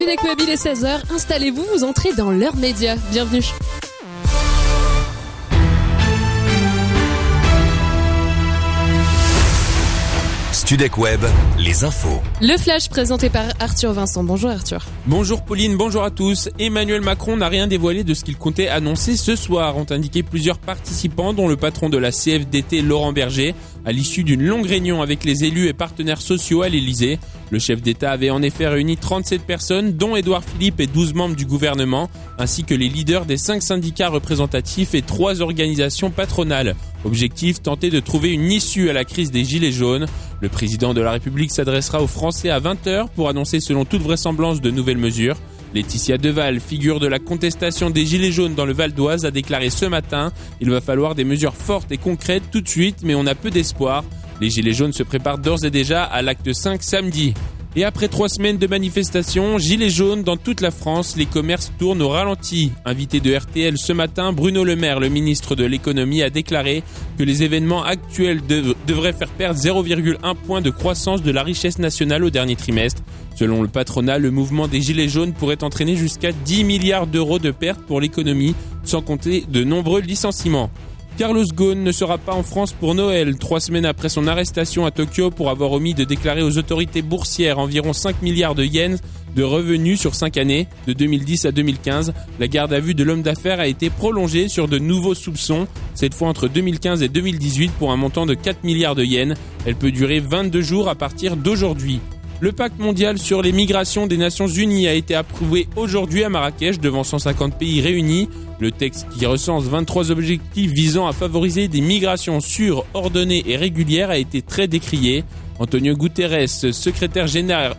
Studek Web, il est 16h, installez-vous, vous entrez dans l'heure média. Bienvenue. Studek Web, les infos. Le flash présenté par Arthur Vincent. Bonjour Arthur. Bonjour Pauline, bonjour à tous. Emmanuel Macron n'a rien dévoilé de ce qu'il comptait annoncer ce soir, ont indiqué plusieurs participants, dont le patron de la CFDT, Laurent Berger, à l'issue d'une longue réunion avec les élus et partenaires sociaux à l'Elysée. Le chef d'État avait en effet réuni 37 personnes, dont Édouard Philippe et 12 membres du gouvernement, ainsi que les leaders des 5 syndicats représentatifs et 3 organisations patronales. Objectif, tenter de trouver une issue à la crise des Gilets jaunes. Le président de la République s'adressera aux Français à 20h pour annoncer selon toute vraisemblance de nouvelles mesures. Laetitia Deval, figure de la contestation des Gilets jaunes dans le Val d'Oise, a déclaré ce matin « Il va falloir des mesures fortes et concrètes tout de suite, mais on a peu d'espoir. Les Gilets jaunes se préparent d'ores et déjà à l'acte 5 samedi. » Et après 3 semaines de manifestations, Gilets jaunes dans toute la France, les commerces tournent au ralenti. Invité de RTL ce matin, Bruno Le Maire, le ministre de l'économie, a déclaré que les événements actuels devraient faire perdre 0,1 point de croissance de la richesse nationale au dernier trimestre. Selon le patronat, le mouvement des Gilets jaunes pourrait entraîner jusqu'à 10 milliards d'euros de pertes pour l'économie, sans compter de nombreux licenciements. Carlos Ghosn ne sera pas en France pour Noël. 3 semaines après son arrestation à Tokyo pour avoir omis de déclarer aux autorités boursières environ 5 milliards de yens de revenus sur 5 années, de 2010 à 2015, la garde à vue de l'homme d'affaires a été prolongée sur de nouveaux soupçons, cette fois entre 2015 et 2018 pour un montant de 4 milliards de yens. Elle peut durer 22 jours à partir d'aujourd'hui. Le pacte mondial sur les migrations des Nations Unies a été approuvé aujourd'hui à Marrakech devant 150 pays réunis. Le texte qui recense 23 objectifs visant à favoriser des migrations sûres, ordonnées et régulières a été très décrié. Antonio Guterres, secrétaire général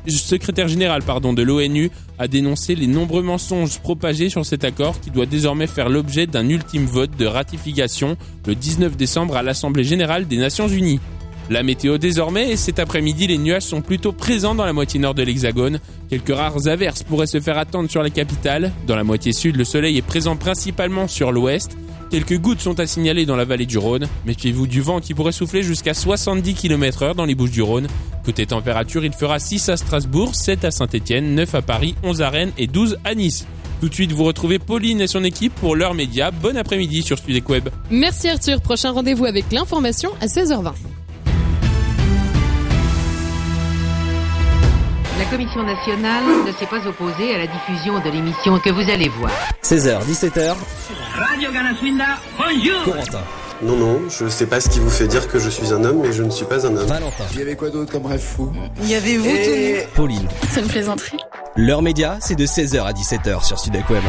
de l'ONU, a dénoncé les nombreux mensonges propagés sur cet accord qui doit désormais faire l'objet d'un ultime vote de ratification le 19 décembre à l'Assemblée générale des Nations Unies. La météo désormais, et cet après-midi, les nuages sont plutôt présents dans la moitié nord de l'Hexagone. Quelques rares averses pourraient se faire attendre sur la capitale. Dans la moitié sud, le soleil est présent principalement sur l'ouest. Quelques gouttes sont à signaler dans la vallée du Rhône. Méfiez-vous du vent qui pourrait souffler jusqu'à 70 km/h dans les Bouches-du-Rhône. Côté température, il fera 6 à Strasbourg, 7 à Saint-Étienne, 9 à Paris, 11 à Rennes et 12 à Nice. Tout de suite, vous retrouvez Pauline et son équipe pour l'heure média. Bon après-midi sur Studek Web. Merci Arthur, prochain rendez-vous avec l'information à 16h20. La Commission nationale ne s'est pas opposée à la diffusion de l'émission que vous allez voir. 16h, 17h. Radio Ganaswinda, bonjour. Corentin. Non, je sais pas ce qui vous fait dire que je suis un homme, mais je ne suis pas un homme. Valentin. Il y avait quoi d'autre comme rêve fou? Il y avait vous Et... Pauline. C'est une plaisanterie. L'heure média, c'est de 16h à 17h sur Studek Web.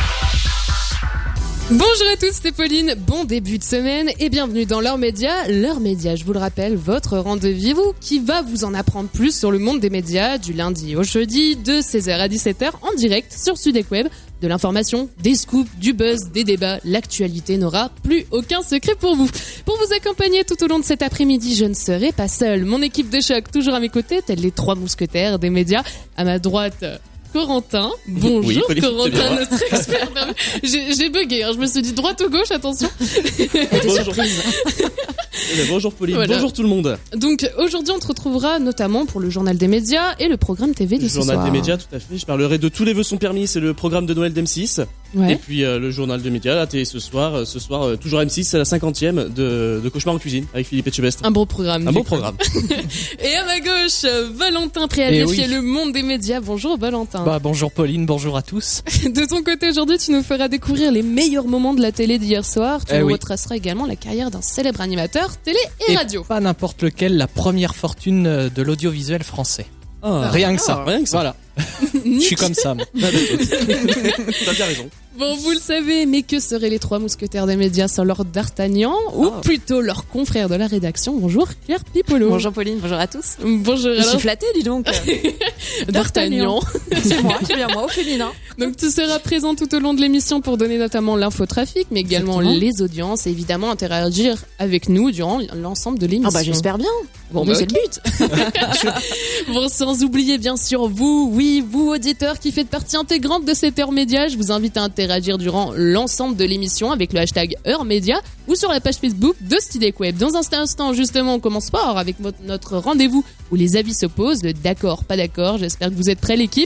Bonjour à tous, c'est Pauline, bon début de semaine et bienvenue dans l'heure média. L'heure média, je vous le rappelle, votre rendez-vous qui va vous en apprendre plus sur le monde des médias du lundi au jeudi de 16h à 17h en direct sur Studek Web. De l'information, des scoops, du buzz, des débats, l'actualité n'aura plus aucun secret pour vous. Pour vous accompagner tout au long de cet après-midi, je ne serai pas seule. Mon équipe de choc toujours à mes côtés, tels les 3 mousquetaires des médias. À ma droite... Corentin, bonjour oui, Corentin, notre expert. J'ai bugué, je me suis dit droite ou gauche, attention. Bonjour. Bonjour Pauline, voilà. Bonjour tout le monde. Donc aujourd'hui on te retrouvera notamment pour le journal des médias et le programme TV de ce soir. Le journal des médias, tout à fait. Je parlerai de Tous les vœux sont permis, c'est le programme de Noël d'M6. Ouais. Et puis le journal des médias, la télé ce soir toujours M6, c'est la 50e de Cauchemar en cuisine avec Philippe Etchebest. Un beau programme. Un beau programme. Et à ma gauche, Valentin, prêt à défier le monde des médias. Bonjour Valentin. Bonjour Pauline, bonjour à tous. De ton côté aujourd'hui, tu nous feras découvrir les meilleurs moments de la télé d'hier soir. Tu nous retraceras également la carrière d'un célèbre animateur télé et radio. Pas n'importe lequel, la première fortune de l'audiovisuel français. Rien que ça. Voilà. Je suis comme ça. T'as bien raison. Bon, vous le savez, mais que seraient les 3 mousquetaires des médias sans Lord D'Artagnan ou plutôt leurs confrères de la rédaction? Bonjour Claire Pipolo. Bonjour Pauline, bonjour à tous. Bonjour. Je suis flattée, dis donc. D'Artagnan. C'est bien moi au féminin. Donc tu seras présent tout au long de l'émission pour donner notamment l'infotrafic, mais également les audiences et évidemment interagir avec nous durant l'ensemble de l'émission. J'espère bien. Bon, c'est le but. Bon, sans oublier bien sûr vous, auditeurs qui faites partie intégrante de cette heure média, je vous invite à interagir durant l'ensemble de l'émission avec le hashtag heure média ou sur la page Facebook de Studek Web. Dans un instant, justement, on commence fort avec notre rendez-vous où les avis s'opposent, le d'accord, pas d'accord. J'espère que vous êtes prêts, l'équipe.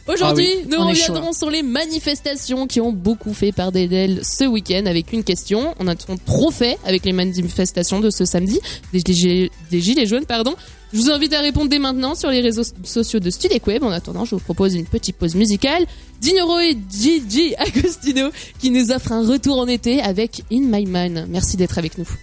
Aujourd'hui, Ah oui, nous on est reviendrons sur les manifestations qui ont beaucoup fait parler d'elles ce week-end avec une question. On a trop fait avec les manifestations de ce samedi, des gilets jaunes, pardon. Je vous invite à répondre dès maintenant sur les réseaux sociaux de Studek Web. En attendant, je vous propose une petite pause musicale. Dinoro et Gigi Agostino qui nous offrent un retour en été avec In My Mind. Merci d'être avec nous.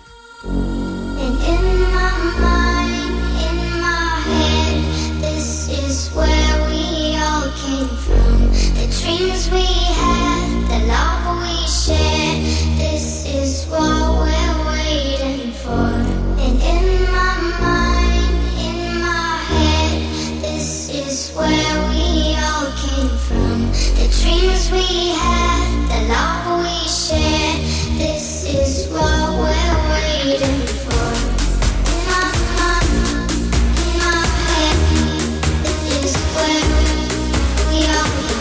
Dreams we had, the love we shared, this is what we're waiting for. And in my mind, in my head, this is where we all came from. The dreams we had, the love we shared, this is what we're waiting for. In my mind, in my head, this is where we all came from.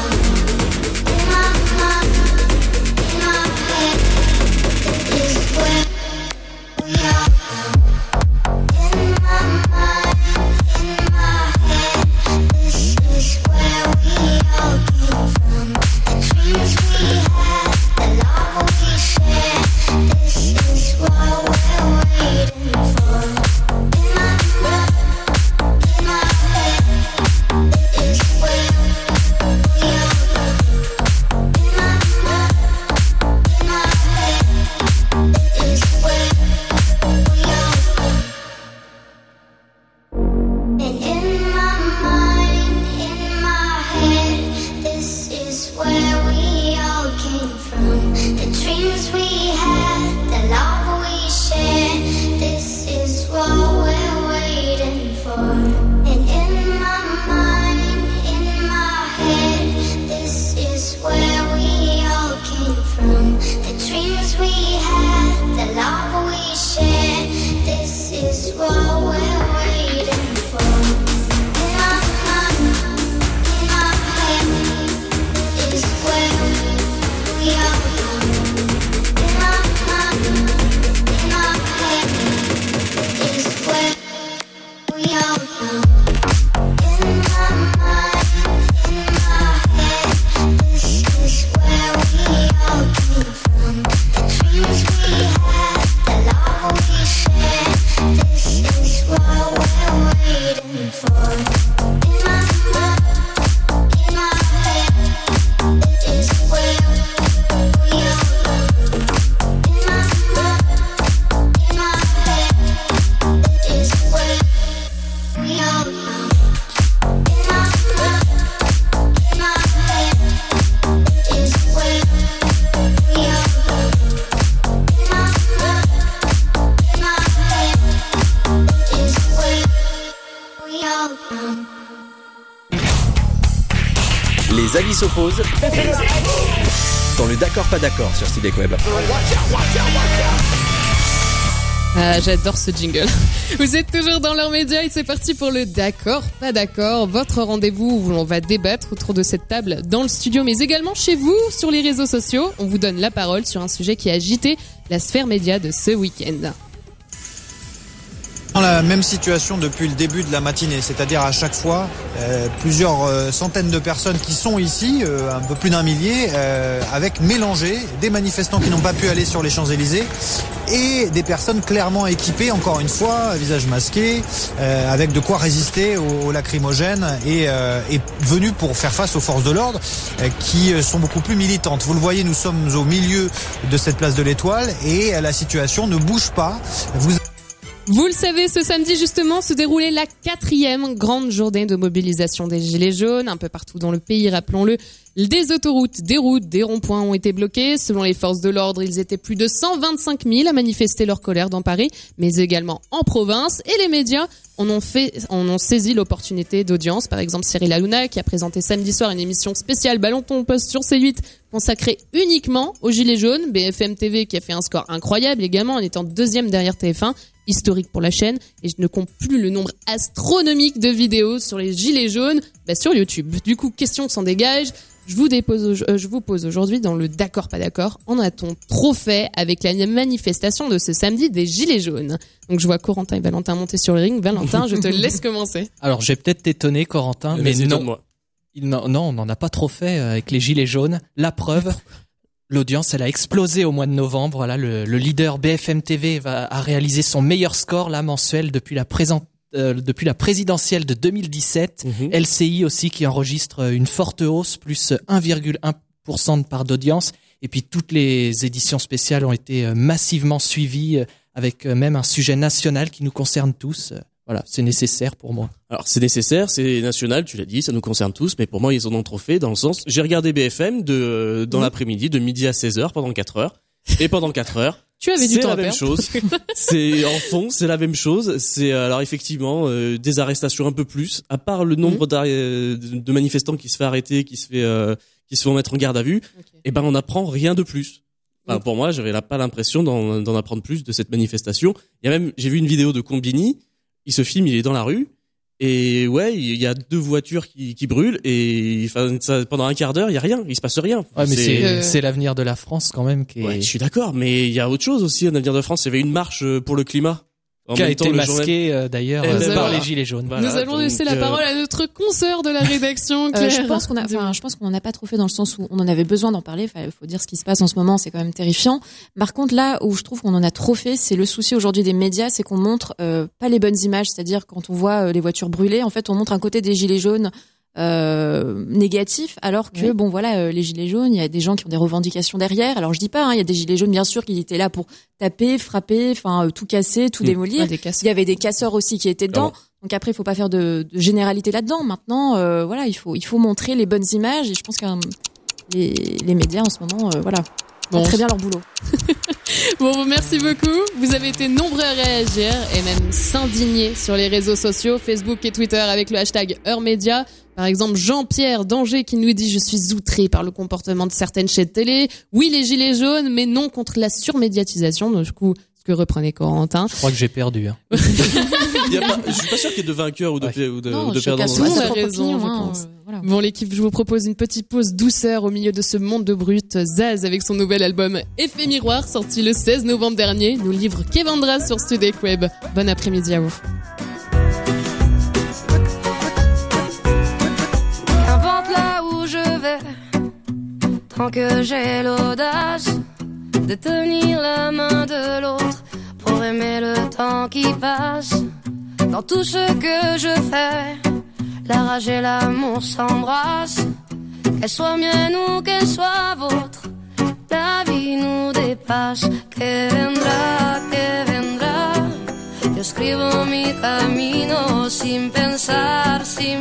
Les avis s'opposent dans le d'accord pas d'accord sur Studek Web. Ah, j'adore ce jingle. Vous êtes toujours dans leurs médias et c'est parti pour le d'accord, pas d'accord, votre rendez-vous où on va débattre autour de cette table dans le studio, mais également chez vous, sur les réseaux sociaux. On vous donne la parole sur un sujet qui a agité la sphère média de ce week-end. Dans la même situation depuis le début de la matinée, c'est-à-dire à chaque fois plusieurs centaines de personnes qui sont ici, un peu plus d'un millier, avec mélangés des manifestants qui n'ont pas pu aller sur les Champs-Élysées et des personnes clairement équipées, encore une fois, visage masqué, avec de quoi résister aux lacrymogènes et venus pour faire face aux forces de l'ordre qui sont beaucoup plus militantes. Vous le voyez, nous sommes au milieu de cette place de l'Étoile et la situation ne bouge pas. Vous le savez, ce samedi justement se déroulait la 4e grande journée de mobilisation des Gilets jaunes. Un peu partout dans le pays, rappelons-le, des autoroutes, des routes, des ronds-points ont été bloqués. Selon les forces de l'ordre, ils étaient plus de 125 000 à manifester leur colère dans Paris, mais également en province. Et les médias en ont saisi l'opportunité d'audience. Par exemple, Cyril Hanouna qui a présenté samedi soir une émission spéciale Ballon ton poste sur C8 consacrée uniquement aux Gilets jaunes. BFM TV qui a fait un score incroyable également en étant 2e derrière TF1. Historique pour la chaîne, et je ne compte plus le nombre astronomique de vidéos sur les Gilets jaunes sur YouTube. Du coup, question s'en dégage. Je vous pose aujourd'hui dans le d'accord pas d'accord, en a-t-on trop fait avec la manifestation de ce samedi des Gilets jaunes? Donc je vois Corentin et Valentin monter sur le ring. Valentin, je te laisse commencer. Alors, je vais peut-être t'étonner, Corentin, mais non. Non, on n'en a pas trop fait avec les Gilets jaunes. La preuve, l'audience, elle a explosé au mois de novembre. Voilà, le leader BFM TV a réalisé son meilleur score là mensuel depuis la présidentielle de 2017. LCI aussi qui enregistre une forte hausse, plus 1,1% de part d'audience. Et puis toutes les éditions spéciales ont été massivement suivies avec même un sujet national qui nous concerne tous. Voilà, c'est nécessaire pour moi. Alors c'est nécessaire, c'est national, tu l'as dit, ça nous concerne tous, mais pour moi ils en ont trop fait dans le sens, j'ai regardé BFM dans l'après-midi, de midi à 16h pendant 4 heures, et pendant 4 heures, tu avais du temps à perdre. C'est la même chose. C'est en fond, c'est la même chose. C'est alors effectivement des arrestations un peu plus, à part le nombre de manifestants qui se fait arrêter, qui se font mettre en garde à vue. Okay. Et ben on n'apprend rien de plus. Enfin, pour moi, j'avais pas l'impression d'en apprendre plus de cette manifestation. Il y a même, j'ai vu une vidéo de Combini. Il se filme, il est dans la rue. Et ouais, il y a 2 voitures qui brûlent et enfin pendant un quart d'heure, il y a rien, il se passe rien. Ouais, mais c'est l'avenir de la France quand même qui est... Ouais, je suis d'accord, mais il y a autre chose aussi, l'avenir de la France, il y avait une marche pour le climat. Qui a été masqué d'ailleurs par les Gilets jaunes. Voilà, nous allons laisser la parole à notre consoeur de la rédaction, Claire. Je pense qu'on n'a pas trop fait dans le sens où on en avait besoin d'en parler. Il faut dire ce qui se passe en ce moment, c'est quand même terrifiant. Par contre, là où je trouve qu'on en a trop fait, c'est le souci aujourd'hui des médias, c'est qu'on montre pas les bonnes images. C'est-à-dire quand on voit les voitures brûlées, en fait, on montre un côté des Gilets jaunes négatif, alors que bon voilà, les gilets jaunes, il y a des gens qui ont des revendications derrière. Alors je dis pas, il y a des gilets jaunes bien sûr qui étaient là pour taper, frapper, enfin tout casser, tout démolir. Il y avait des casseurs aussi qui étaient dedans. Donc après, il faut pas faire de généralité là-dedans. Maintenant, voilà, il faut montrer les bonnes images et je pense que les médias en ce moment, voilà. Bon. Très bien leur boulot. Bon, merci beaucoup. Vous avez été nombreux à réagir et même s'indigner sur les réseaux sociaux, Facebook et Twitter avec le hashtag HeurMédia. Par exemple, Jean-Pierre d'Angers qui nous dit « Je suis outré par le comportement de certaines chaînes de télé. Oui, les gilets jaunes, mais non contre la surmédiatisation. » Donc, du coup, ce que reprenait Corentin. Je crois que j'ai perdu. Hein. Je suis pas sûr qu'il y ait de vainqueur ou de perdant. Tout le monde a raison, je pense. Voilà. Bon, l'équipe, je vous propose une petite pause douceur au milieu de ce monde de brut. Zaz, avec son nouvel album Effet Miroir, sorti le 16 novembre dernier, nous livre Kevendra sur Studek Web. Bon après-midi à vous. Qu'importe là où je vais, tant que j'ai l'audace de tenir la main de l'autre pour aimer le temps qui passe. Dans tout ce que je fais, la rage et l'amour s'embrassent. Qu'elle soit mienne ou qu'elle soit vôtre, la vie nous dépasse. Que vendrá, yo escribo mi camino sin pensar,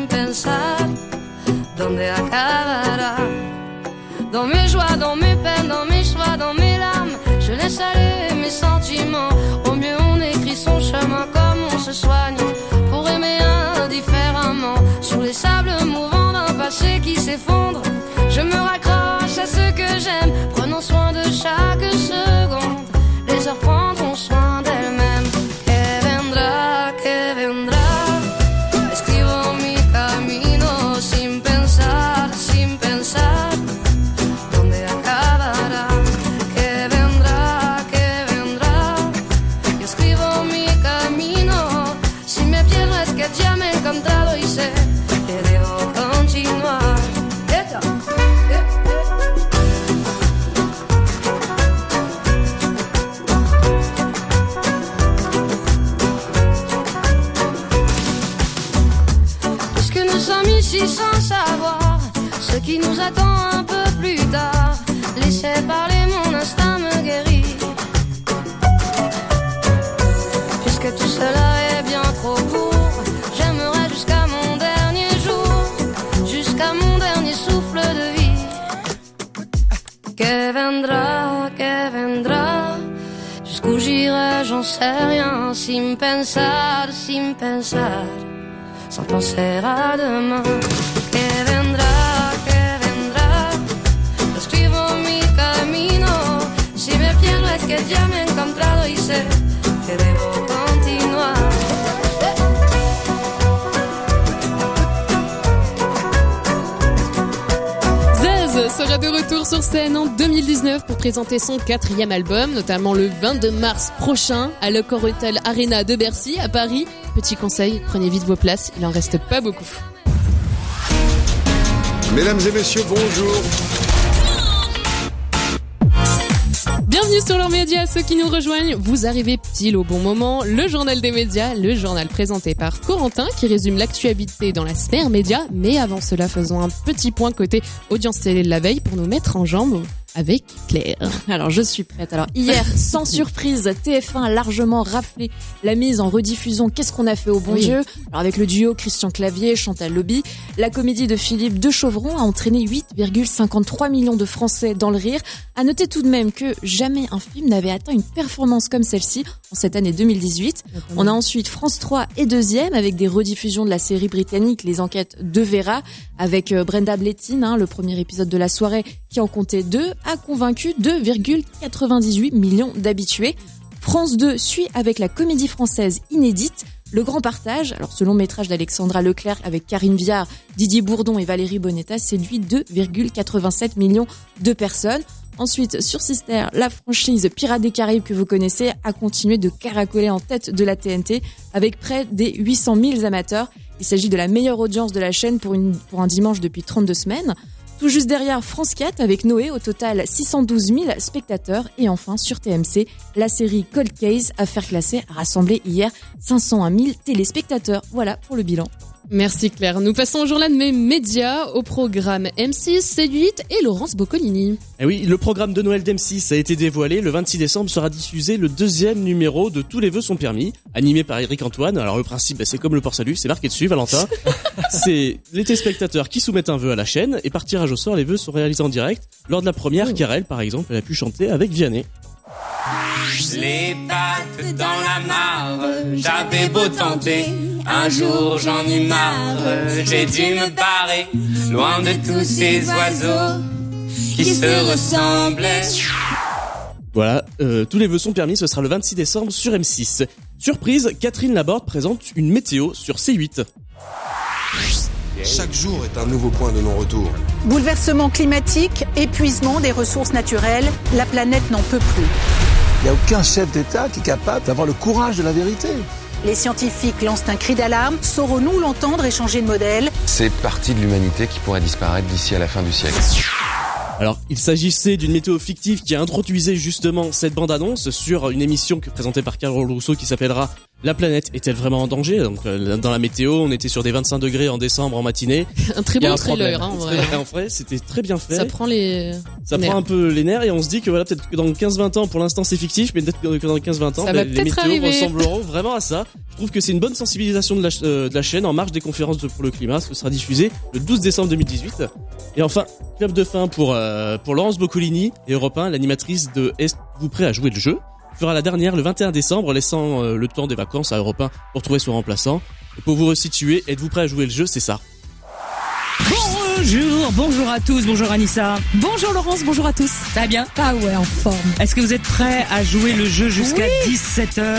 donde acabará. Dans mes joies, dans mes peines, dans mes choix, dans mes larmes, je laisse aller mes sentiments. Au mieux on écrit son chemin comme on se soigne, pour aimer indifféremment. Sur les sables mouvants d'un passé qui s'effondre, je me raccroche à ce que j'aime, prenons soin de chaque seconde. Les heures prendront soin d'elles-mêmes. Que vendrá, escribo mi camino sin pensar, donde acabará. Que vendrá, yo escribo mi camino. Si me pierdo es que ya me he encontrado y sé que debo continuar. Puisque nous sommes ici sans savoir ce qui nous attend un peu plus tard, laissez parler, mon instinct me guérit. Puisque tout cela est bien trop court, j'aimerais jusqu'à mon dernier jour, jusqu'à mon dernier souffle de vie. Que vendrá, jusqu'où j'irai, j'en sais rien, sin pensar, sans penser à demain. Que vendrá, escribo mi camino. Si me pierdo es que ya me he encontrado y sé que debo continuar. Zaz sera de retour sur scène en 2019 pour présenter son 4e album, notamment le 22 mars prochain à l'Accor Hotel Arena de Bercy à Paris. Petit conseil, prenez vite vos places, il en reste pas beaucoup. Mesdames et messieurs, bonjour. Bienvenue sur leurs médias, ceux qui nous rejoignent. Vous arrivez pile au bon moment. Le journal des médias, le journal présenté par Corentin qui résume l'actualité dans la sphère média. Mais avant cela, faisons un petit point côté audience télé de la veille pour nous mettre en jambes avec Claire. Alors je suis prête. Alors hier, sans surprise, TF1 a largement raflé la mise en rediffusion Qu'est-ce qu'on a fait au bon Dieu. Alors avec le duo Christian Clavier, Chantal Lobby, la comédie de Philippe de Chauvron a entraîné 8,53 millions de Français dans le rire. À noter tout de même que jamais un film n'avait atteint une performance comme celle-ci en cette année 2018. On a ensuite France 3 et Deuxième avec des rediffusions de la série britannique Les Enquêtes de Vera avec Brenda Blethyn, le premier épisode de la soirée qui en comptait 2, a convaincu 2,98 millions d'habitués. France 2 suit avec la comédie française inédite Le Grand Partage. Alors ce long métrage d'Alexandra Leclerc avec Karine Viard, Didier Bourdon et Valérie Bonetta séduit 2,87 millions de personnes. Ensuite, sur Sister, la franchise Pirates des Caraïbes que vous connaissez a continué de caracoler en tête de la TNT avec près des 800 000 amateurs. Il s'agit de la meilleure audience de la chaîne pour un dimanche depuis 32 semaines. Tout juste derrière France 4 avec Noé, au total 612 000 spectateurs. Et enfin, sur TMC, la série Cold Case, affaire classée, a rassemblé hier 501 000 téléspectateurs. Voilà pour le bilan. Merci Claire. Nous passons au journal des médias, au programme M6, C8 et Laurence Boccolini. Eh oui, le programme de Noël d'M6 a été dévoilé. Le 26 décembre sera diffusé le 2e numéro de Tous les vœux sont permis, animé par Eric Antoine. Alors le principe, c'est comme le port-salut, c'est marqué dessus, Valentin. C'est les téléspectateurs qui soumettent un vœu à la chaîne et par tirage au sort, les vœux sont réalisés en direct. Lors de la première, Karel, par exemple, elle a pu chanter avec Vianney. Les pattes dans la mare, j'avais beau tenter, un jour j'en eus marre, j'ai dû me barrer, loin de tous ces oiseaux qui se ressemblaient. Voilà, tous les vœux sont permis, ce sera le 26 décembre sur M6. Surprise, Catherine Laborde présente une météo sur C8. Chaque jour est un nouveau point de non-retour. Bouleversement climatique, épuisement des ressources naturelles, la planète n'en peut plus. Il n'y a aucun chef d'État qui est capable d'avoir le courage de la vérité. Les scientifiques lancent un cri d'alarme. Saurons-nous l'entendre et changer de modèle ? C'est partie de l'humanité qui pourrait disparaître d'ici à la fin du siècle. Alors, il s'agissait d'une météo fictive qui introduisait justement cette bande-annonce sur une émission présentée par Carole Rousseau qui s'appellera La planète est-elle vraiment en danger ? Donc, dans la météo, on était sur des 25 degrés en décembre en matinée. Un très bon trailer, en vrai. En vrai, c'était très bien fait. Ça prend prend un peu les nerfs et on se dit que voilà, peut-être que dans 15-20 ans, pour l'instant c'est fictif, mais peut-être que dans 15-20 ans, les météos ressembleront vraiment à ça. Je trouve que c'est une bonne sensibilisation de la chaîne en marge des conférences pour le climat. Ce sera diffusé le 12 décembre 2018. Et enfin, clap de fin pour Laurence Boccolini et Europe 1, l'animatrice de Êtes-vous prêt à jouer le jeu ? Fera la dernière le 21 décembre, laissant le temps des vacances à Europe 1 pour trouver son remplaçant. Et pour vous resituer, êtes-vous prêt à jouer le jeu ? C'est ça. Bonjour à tous, bonjour Anissa. Bonjour Laurence, bonjour à tous. Ça va bien ? Ah ouais, en forme. Est-ce que vous êtes prêts à jouer le jeu jusqu'à 17h ?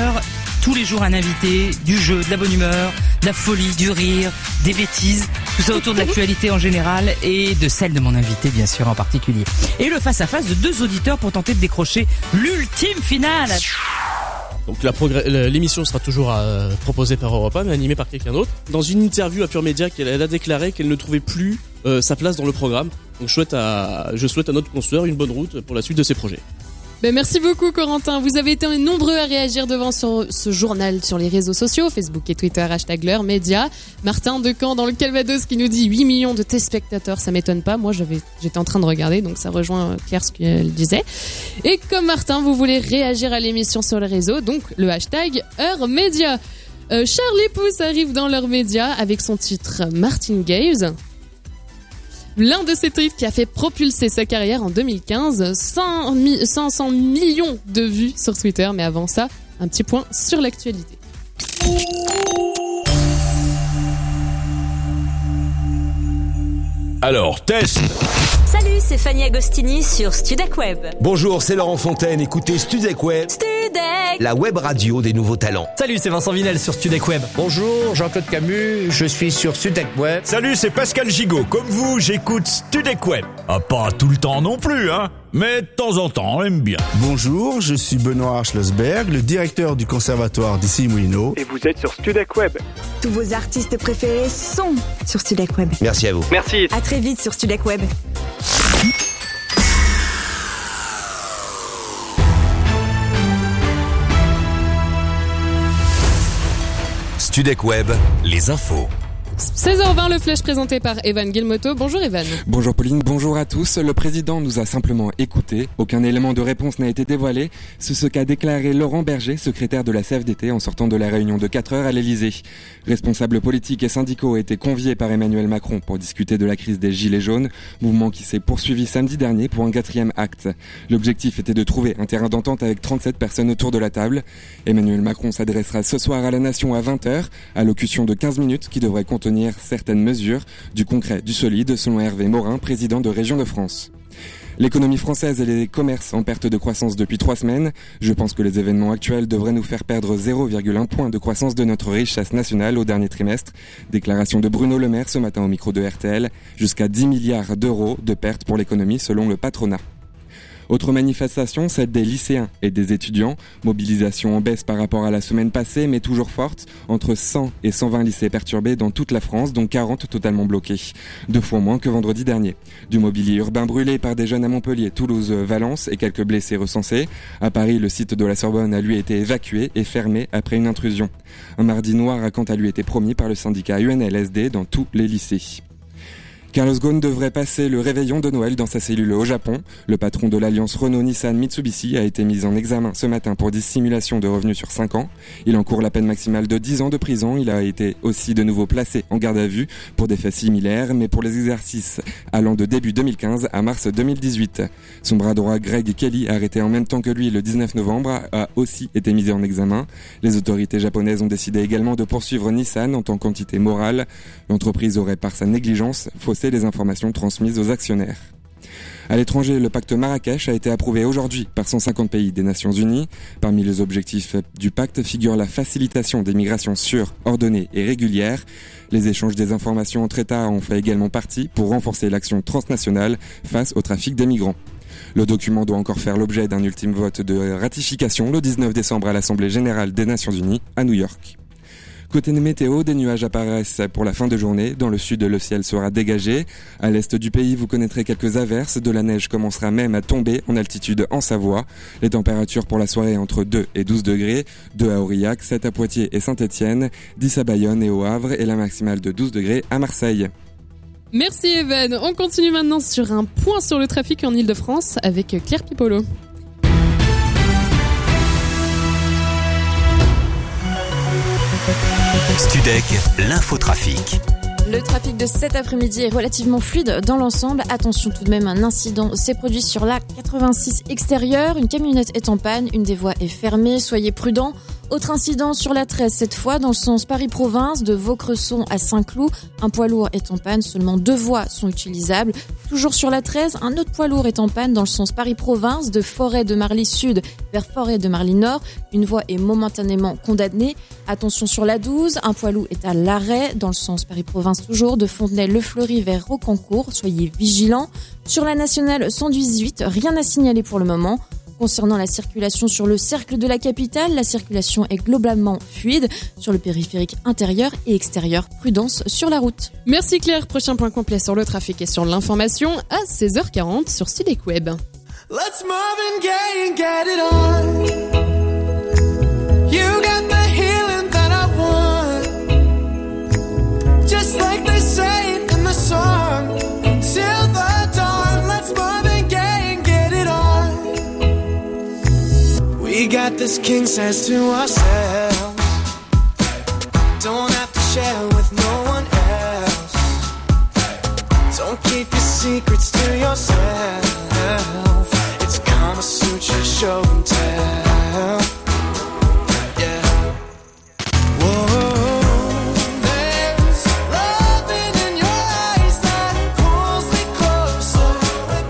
Tous les jours un invité, du jeu, de la bonne humeur, de la folie, du rire, des bêtises, tout ça autour de l'actualité en général et de celle de mon invité bien sûr en particulier. Et le face-à-face de 2 auditeurs pour tenter de décrocher l'ultime finale. Donc l'émission sera toujours proposée par Europe 1 mais animée par quelqu'un d'autre. Dans une interview à Pure Média, elle a déclaré qu'elle ne trouvait plus sa place dans le programme. Donc je souhaite à notre consoeur une bonne route pour la suite de ses projets. Ben merci beaucoup Corentin, vous avez été nombreux à réagir devant sur ce journal sur les réseaux sociaux, Facebook et Twitter, #leur média. Martin de Caen dans le Calvados qui nous dit 8 millions de téléspectateurs, ça m'étonne pas, moi j'étais en train de regarder donc ça rejoint Claire ce qu'elle disait. Et comme Martin, vous voulez réagir à l'émission sur les réseaux, donc le #Heure Média. Charlie Pouce arrive dans L'Heure Média avec son titre Martin Gaze. L'un de ces tweets qui a fait propulser sa carrière en 2015, 500 millions de vues sur Twitter. Mais avant ça, un petit point sur l'actualité. Alors, test. Salut, Salut, c'est Fanny Agostini sur Studek Web. Bonjour, c'est Laurent Fontaine, écoutez Studek Web. Studek, la web radio des nouveaux talents. Salut, c'est Vincent Vinel sur Studek Web. Bonjour, Jean-Claude Camus, je suis sur Studek Web. Salut, c'est Pascal Gigot, comme vous, j'écoute Studek Web. Ah, pas tout le temps non plus, hein, mais de temps en temps, on aime bien. Bonjour, je suis Benoît Schlossberg, le directeur du conservatoire d'Issy-Moulineaux. Et vous êtes sur Studek Web. Tous vos artistes préférés sont sur Studek Web. Merci à vous. Merci. À très vite sur Studek Web. Studek Web, les infos. 16h20, le flash présenté par Evan Guilmoto. Bonjour Evan. Bonjour Pauline, bonjour à tous. Le président nous a simplement écoutés. Aucun élément de réponse n'a été dévoilé. C'est ce qu'a déclaré Laurent Berger, secrétaire de la CFDT, en sortant de la réunion de 4 heures à l'Elysée. Responsables politiques et syndicaux étaient conviés par Emmanuel Macron pour discuter de la crise des Gilets jaunes, mouvement qui s'est poursuivi samedi dernier pour un 4e acte. L'objectif était de trouver un terrain d'entente avec 37 personnes autour de la table. Emmanuel Macron s'adressera ce soir à la nation à 20h, allocution de 15 minutes qui devrait contenir certaines mesures, du concret, du solide, selon Hervé Morin, président de Région de France. L'économie française et les commerces en perte de croissance depuis 3 semaines. Je pense que les événements actuels devraient nous faire perdre 0,1 point de croissance de notre richesse nationale au dernier trimestre. Déclaration de Bruno Le Maire ce matin au micro de RTL. Jusqu'à 10 milliards d'euros de pertes pour l'économie selon le patronat. Autre manifestation, celle des lycéens et des étudiants. Mobilisation en baisse par rapport à la semaine passée, mais toujours forte. Entre 100 et 120 lycées perturbés dans toute la France, dont 40 totalement bloqués. 2 fois moins que vendredi dernier. Du mobilier urbain brûlé par des jeunes à Montpellier, Toulouse, Valence et quelques blessés recensés. À Paris, le site de la Sorbonne a lui été évacué et fermé après une intrusion. Un mardi noir a quant à lui été promis par le syndicat UNLSD dans tous les lycées. Carlos Ghosn devrait passer le réveillon de Noël dans sa cellule au Japon. Le patron de l'alliance Renault-Nissan-Mitsubishi a été mis en examen ce matin pour dissimulation de revenus sur 5 ans. Il encourt la peine maximale de 10 ans de prison. Il a été aussi de nouveau placé en garde à vue pour des faits similaires, mais pour les exercices allant de début 2015 à mars 2018. Son bras droit Greg Kelly, arrêté en même temps que lui le 19 novembre, a aussi été mis en examen. Les autorités japonaises ont décidé également de poursuivre Nissan en tant qu'entité morale. L'entreprise aurait par sa négligence faussé les informations transmises aux actionnaires. À l'étranger, le pacte Marrakech a été approuvé aujourd'hui par 150 pays des Nations Unies. Parmi les objectifs du pacte figure la facilitation des migrations sûres, ordonnées et régulières. Les échanges des informations entre États en fait également partie pour renforcer l'action transnationale face au trafic des migrants. Le document doit encore faire l'objet d'un ultime vote de ratification le 19 décembre à l'Assemblée générale des Nations Unies à New York. Côté météo, des nuages apparaissent pour la fin de journée. Dans le sud, le ciel sera dégagé. À l'est du pays, vous connaîtrez quelques averses. De la neige commencera même à tomber en altitude en Savoie. Les températures pour la soirée entre 2 et 12 degrés. 2 à Aurillac, 7 à Poitiers et Saint-Étienne, 10 à Bayonne et au Havre et la maximale de 12 degrés à Marseille. Merci Evan. On continue maintenant sur un point sur le trafic en Ile-de-France avec Claire Pipolo. Studek, l'infotrafic. Le trafic de cet après-midi est relativement fluide dans l'ensemble. Attention tout de même, un incident s'est produit sur la 86 extérieure. Une camionnette est en panne, une des voies est fermée. Soyez prudents. Autre incident sur la 13, cette fois dans le sens Paris-Province, de Vaucresson à Saint-Cloud. Un poids lourd est en panne, seulement 2 voies sont utilisables. Toujours sur la 13, un autre poids lourd est en panne dans le sens Paris-Province, de Forêt-de-Marly Sud vers Forêt-de-Marly Nord. Une voie est momentanément condamnée. Attention sur la 12, un poids lourd est à l'arrêt dans le sens Paris-Province toujours, de Fontenay-le-Fleury vers Rocancourt. Soyez vigilants. Sur la nationale 118, rien à signaler pour le moment. Concernant la circulation sur le cercle de la capitale, la circulation est globalement fluide. Sur le périphérique intérieur et extérieur, prudence sur la route. Merci Claire. Prochain point complet sur le trafic et sur l'information à 16h40 sur Studek Web. Let's Marvin Gaye and get it on. You got the healing that I want. Just like they say in the song. Till the dawn, let's Marvin Gaye and get it on. We got this king size to ourselves. Don't have to share with no one else. Don't keep your secrets to yourself. It's Kama Sutra show and tell. Yeah. Whoa. There's loving in your eyes that pulls me closer.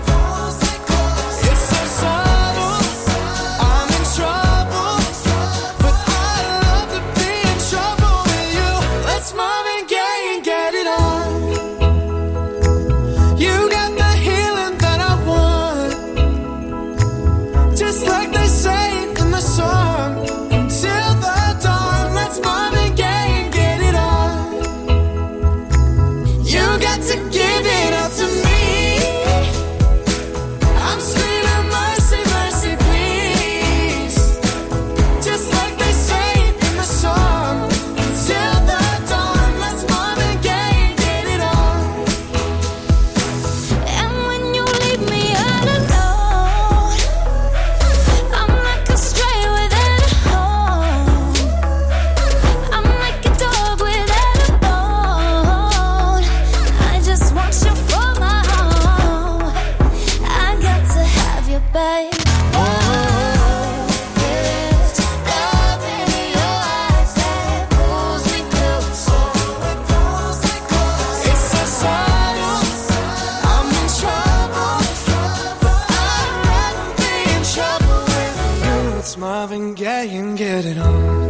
get it on.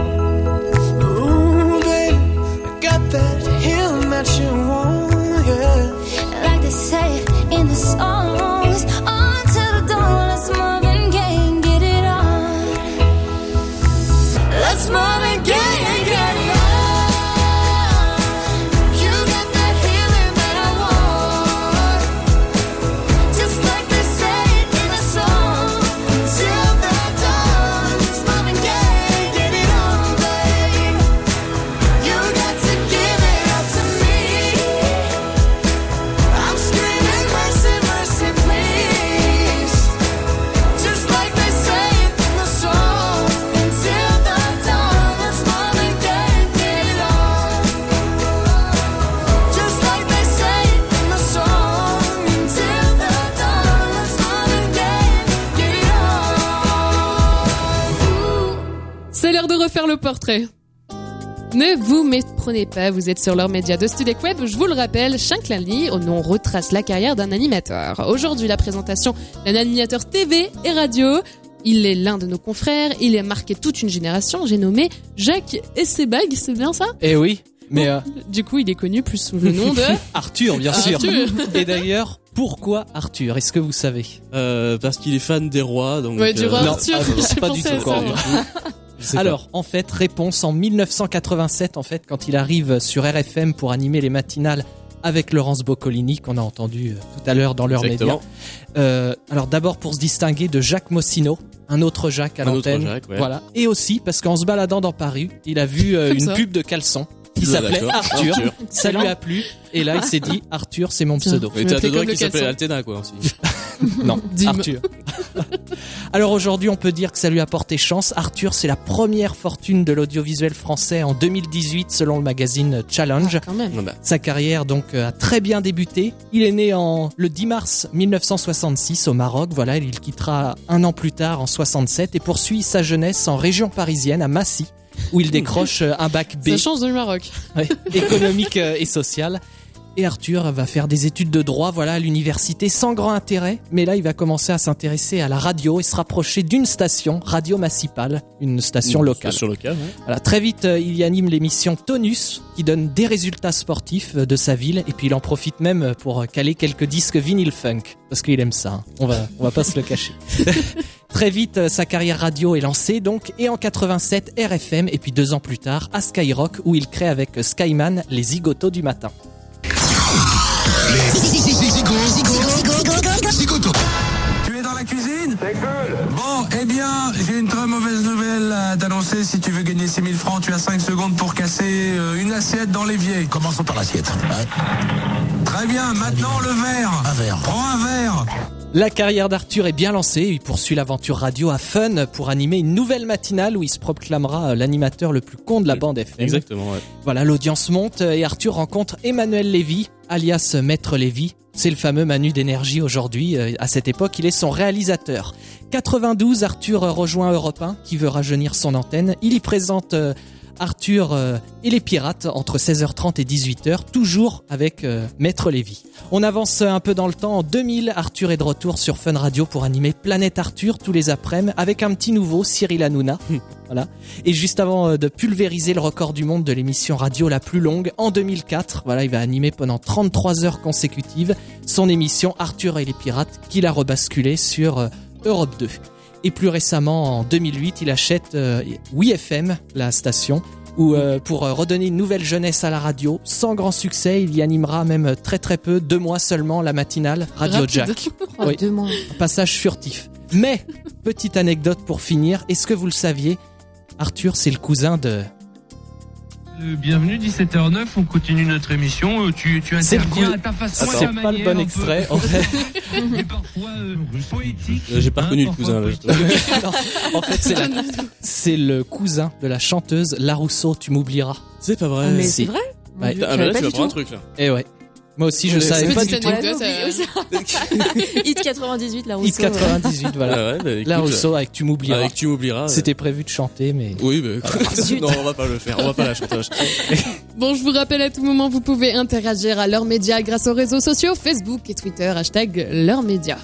Ooh, babe, I got that healing that you want, yeah. Like they say in the songs, until the dawn, let's Marvin Gaye, get it on. Let's Marvin Gaye, get it on. C'est l'heure de refaire le portrait. Ne vous méprenez pas, vous êtes sur leur média de Studek Web. Je vous le rappelle, chaque lundi, on retrace la carrière d'un animateur. Aujourd'hui, la présentation d'un animateur TV et radio. Il est l'un de nos confrères, il a marqué toute une génération. J'ai nommé Jacques Essebag, c'est bien ça ? Eh oui, mais du coup, il est connu plus sous le nom de... Arthur, bien sûr. Arthur. Et d'ailleurs, pourquoi Arthur ? Est-ce que vous savez ? Parce qu'il est fan des rois. Donc, ouais, du roi Arthur. Non, pas du tout. Alors, en fait, réponse en 1987, en fait, quand il arrive sur RFM pour animer les matinales avec Laurence Boccolini, qu'on a entendu tout à l'heure dans leur média. Alors d'abord pour se distinguer de Jacques Mossino, un autre Jacques à l'antenne. Ouais. Voilà. Et aussi parce qu'en se baladant dans Paris, il a vu une pub de caleçon qui s'appelait Arthur. Ça lui a plu. Et là, il s'est dit, Arthur, c'est mon pseudo. Et t'as d'autres qui s'appelait Altena, quoi, aussi. Non, Arthur. Alors aujourd'hui, on peut dire que ça lui a porté chance. Arthur, c'est la première fortune de l'audiovisuel français en 2018, selon le magazine Challenge. Quand même. Sa carrière, donc, a très bien débuté. Il est né le 10 mars 1966 au Maroc. Voilà, il quittera un an plus tard, en 67, et poursuit sa jeunesse en région parisienne, à Massy, où il décroche un bac B. Ça change du Maroc. Ouais, économique et social. Et Arthur va faire des études de droit, voilà, à l'université, sans grand intérêt. Mais là, il va commencer à s'intéresser à la radio et se rapprocher d'une station, Radio Massipal, une station locale. Station locale, ouais. Voilà, très vite, il y anime l'émission Tonus, qui donne des résultats sportifs de sa ville. Et puis, il en profite même pour caler quelques disques vinyl funk, parce qu'il aime ça. Hein. On va pas se le cacher. Très vite, sa carrière radio est lancée, donc, et en 87, RFM, et puis 2 ans plus tard, à Skyrock, où il crée avec Skyman les Zigotos du matin. Tu es dans la cuisine ? C'est cool. Bon, eh bien, j'ai une très mauvaise nouvelle à t'annoncer. Si tu veux gagner 6 000 francs, tu as 5 secondes pour casser une assiette dans l'évier. Commençons par l'assiette. Très bien, maintenant le verre. Un verre. Prends un verre. La carrière d'Arthur est bien lancée, il poursuit l'aventure radio à Fun pour animer une nouvelle matinale où il se proclamera l'animateur le plus con de la bande FM. Exactement, ouais. Voilà, l'audience monte et Arthur rencontre Emmanuel Lévy, alias Maître Lévy. C'est le fameux Manu d'Énergie aujourd'hui. À cette époque, il est son réalisateur. 92, Arthur rejoint Europe 1 qui veut rajeunir son antenne. Il y présente Arthur et les pirates entre 16h30 et 18h, toujours avec Maître Lévy. On avance un peu dans le temps. En 2000, Arthur est de retour sur Fun Radio pour animer Planète Arthur tous les après-midi avec un petit nouveau, Cyril Hanouna. Voilà. Et juste avant de pulvériser le record du monde de l'émission radio la plus longue, en 2004, voilà, il va animer pendant 33 heures consécutives son émission Arthur et les pirates qu'il a rebasculé sur Europe 2. Et plus récemment, en 2008, il achète WeFM, la station, où pour redonner une nouvelle jeunesse à la radio, sans grand succès, il y animera même très très peu, 2 mois seulement, la matinale Radio Rapide. Jack. Oui. 2 mois. Un passage furtif. Mais, petite anecdote pour finir, est-ce que vous le saviez, Arthur, c'est le cousin de... Bienvenue, 17h09, on continue notre émission. Tu interviens à ta façon. C'est pas le bon extrait, en fait. Mais parfois poétique. J'ai pas reconnu le cousin, là. Non, en fait, c'est le cousin de la chanteuse La Rousseau, Tu m'oublieras. C'est pas vrai. Mais c'est vrai. Ouais. Ah, bah là, tu vas prendre un truc, là. Et ouais. Moi aussi, je savais pas du tout. Hit 98, La Rousseau. Hit 98, voilà. Ah ouais, bah, écoute, La Rousseau avec Tu m'oublieras. Avec Tu m'oublieras. C'était prévu de chanter, mais... Oui, mais... non, on va pas le faire. On va pas la chanter. Bon, je vous rappelle à tout moment, vous pouvez interagir à Leurs Médias grâce aux réseaux sociaux, Facebook et Twitter, hashtag Leurs Médias.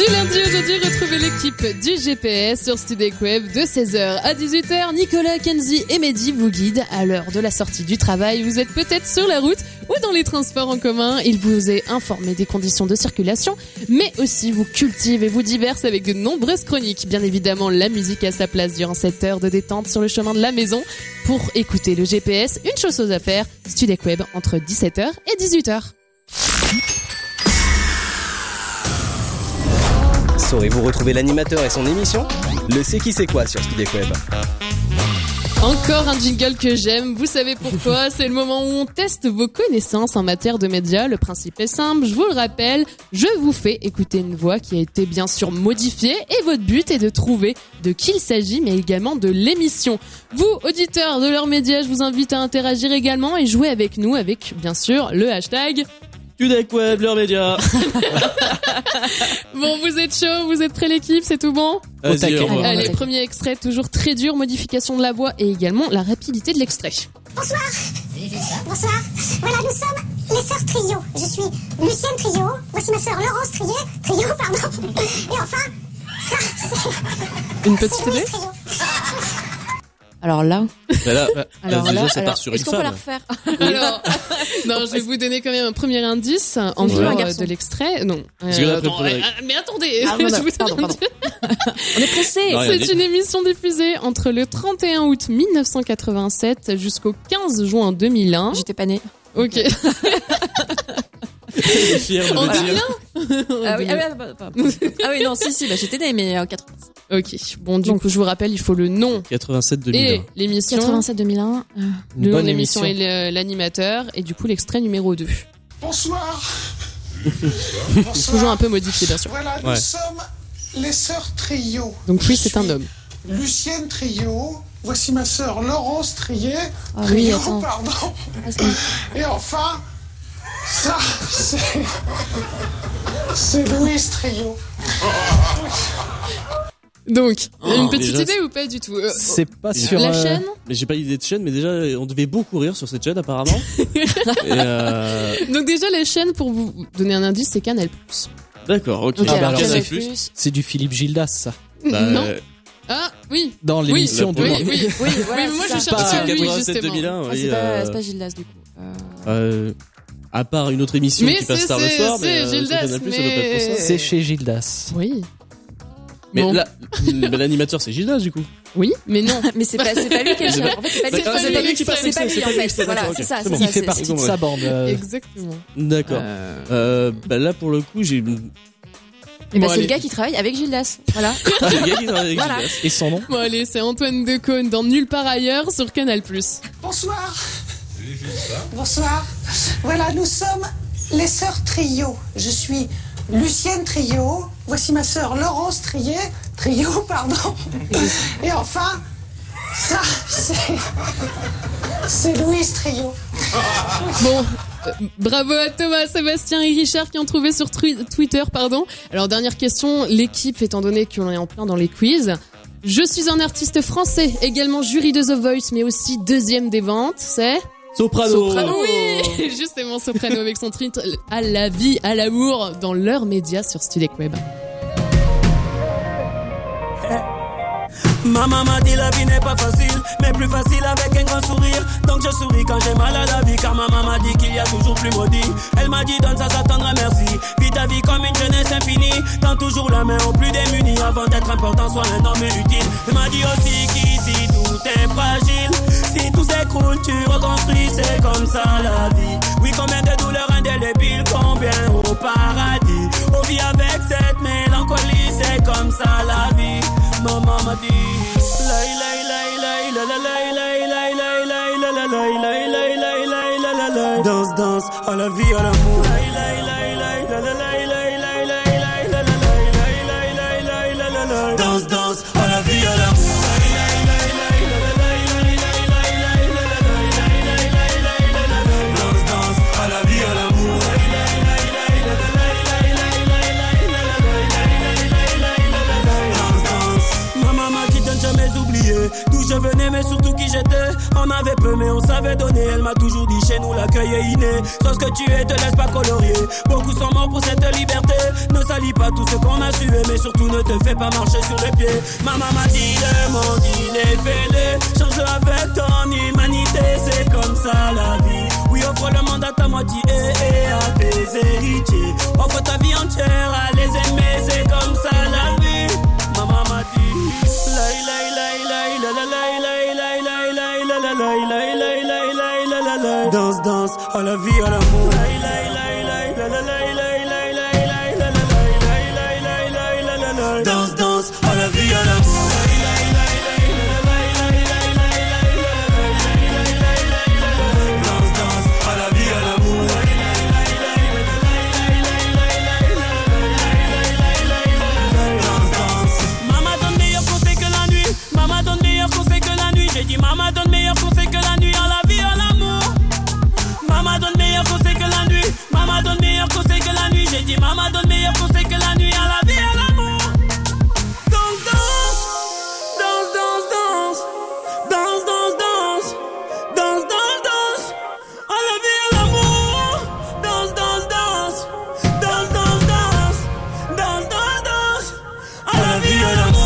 lundi, aujourd'hui, retrouvez l'équipe du GPS sur Studek Web de 16h à 18h. Nicolas, Kenzie et Mehdi vous guident à l'heure de la sortie du travail. Vous êtes peut-être sur la route ou dans les transports en commun. Il vous est informé des conditions de circulation, mais aussi vous cultive et vous diverse avec de nombreuses chroniques. Bien évidemment, la musique a sa place durant cette heure de détente sur le chemin de la maison. Pour écouter le GPS, une chose à faire, Studek Web entre 17h et 18h. Saurez-vous retrouver l'animateur et son émission ? Le C'est qui c'est quoi sur Studek Web. Encore un jingle que j'aime, vous savez pourquoi, c'est le moment où on teste vos connaissances en matière de médias. Le principe est simple, je vous le rappelle, je vous fais écouter une voix qui a été bien sûr modifiée et votre but est de trouver de qui il s'agit mais également de l'émission. Vous, auditeurs de leurs médias, je vous invite à interagir également et jouer avec nous avec bien sûr le hashtag Studek Web, leurs médias. Bon, vous êtes chaud, vous êtes prêts l'équipe, c'est tout bon ? Allez, premier extrait, toujours très dur, modification de la voix et également la rapidité de l'extrait. Bonsoir. Bonsoir. Voilà, nous sommes les sœurs Trio. Je suis Lucienne Trio. Voici ma sœur Laurence Trio, pardon. Et enfin, ça, c'est... Une petite idée ? Alors là, ça part sur est-ce une qu'on peut la femme. refaire ? Alors, non, je vais vous donner quand même un premier indice en dehors de l'extrait. Non. Mais attendez, je vous pardon. On est pressé. C'est une émission diffusée entre le 31 août 1987 jusqu'au 15 juin 2001. J'étais pas née. Ok. En 2001 Ah oui, non, si, j'étais née, mais en 80. Ok, bon, du coup, je vous rappelle, il faut le nom 87-2001. et l'émission. 87-2001. Le nom de l'émission et l'animateur, et du coup, l'extrait numéro 2. Bonsoir. Toujours un peu modifié, bien sûr. Voilà, nous sommes les sœurs Trio. Donc oui, c'est un homme. Lucienne Trio. Voici ma sœur Laurence Trio. Ah oui, attends. Pardon. Et enfin, ça, c'est Louise Trio. Donc, une petite idée ou pas du tout C'est pas sur la chaîne. Mais j'ai pas d'idée de chaîne, mais déjà on devait beaucoup rire sur cette chaîne apparemment. Donc déjà la chaîne, pour vous donner un indice, c'est Canal+. D'accord, ok. Alors, Canal+. C'est du Philippe Gildas, ça. Non. Ah oui. Dans l'émission de. Oui, voilà, mais moi je cherche sur lui justement. 2001, c'est pas Gildas du coup. À part une autre émission qui passe tard le soir, mais Gildas, Canal+, ça doit pas être pour ça. C'est chez Gildas. Oui. Mais l'animateur c'est Gildas du coup. Oui, mais non. Mais c'est pas lui qui est le En fait, c'est pas lui qui passe. C'est pas lui en fait. Voilà, c'est ça. Il fait partie de sa bande. Exactement. D'accord. Là pour le coup j'ai. C'est le gars qui travaille avec Gildas. Voilà. C'est le gars qui travaille avec Gildas. Et son nom ? Bon allez, c'est Antoine Decaune dans Nulle part ailleurs sur Canal+. Bonsoir. Bonsoir. Voilà, nous sommes les sœurs Trio. Je suis Lucienne Trio. Voici ma sœur Laurence Trio, pardon. Et enfin, ça, c'est Louise Trio. Bon, bravo à Thomas, Sébastien et Richard qui ont trouvé sur Twitter, pardon. Alors, dernière question, l'équipe, étant donné qu'on est en plein dans les quiz. Je suis un artiste français, également jury de The Voice, mais aussi deuxième des ventes, c'est... Soprano. Oui, justement Soprano avec son titre à la vie, à l'amour dans leurs médias sur Studek Web. Maman m'a dit la vie n'est pas facile, mais plus facile avec un grand sourire. Donc je souris quand j'ai mal à la vie, car maman m'a dit qu'il y a toujours plus maudit. Elle m'a dit donne ça, ça t'attendra, merci. Vis ta vie comme une jeunesse infinie. Tends toujours la main aux plus démunis, avant d'être important, sois un homme utile. Elle m'a dit aussi qu'ici tout est fragile. Si tout s'écroule, tu reconstruis, c'est comme ça la vie. Oui, combien de douleurs indélébiles, combien au paradis. On vit avec cette mélancolie, c'est comme ça la vie. Maman m'a dit danse, danse, à la vie, à l'amour. Danse, danse, à la vie, à l'amour. Danse, danse, à la vie, à l'amour. Maman m'a dit de ne jamais oublier d'où je venais, mais surtout qui j'étais. On avait peu peu, mais on savait donner. Elle m'a toujours dit chez nous l'accueil est inné. Sois ce que tu es, te laisse pas colorier. Beaucoup sont morts pour cette liberté. Ne salis pas tout ce qu'on a sué, mais surtout ne te fais pas marcher sur les pieds. Maman m'a dit le monde il est fêlé. Change avec ton humanité, c'est comme ça la vie. Oui, offre le monde à ta moitié et à tes héritiers. Offre ta vie entière à les aimer, c'est comme ça la vie. Maman m'a dit danse, danse, à la vie, à l'amour. Danse, danse, à la vie, à l'amour. Danse, danse, à la vie, à l'amour. Danse, danse. Maman donne meilleur conseil que la nuit. Maman donne meilleur conseil que la nuit. J'ai dit maman donne meilleur conseil que la nuit. À la vie, à l'amour. Maman donne meilleur conseil que la nuit. Maman donne meilleur conseil que la nuit. J'ai dit maman donne meilleur conseil que la nuit. À la vie, à l'amour. Danse, danse, danse, danse, danse, danse, danse, danse, danse, danse. À la vie, à l'amour. Danse, danse, danse, danse, danse, danse, danse, danse, danse. À la vie, à l'amour.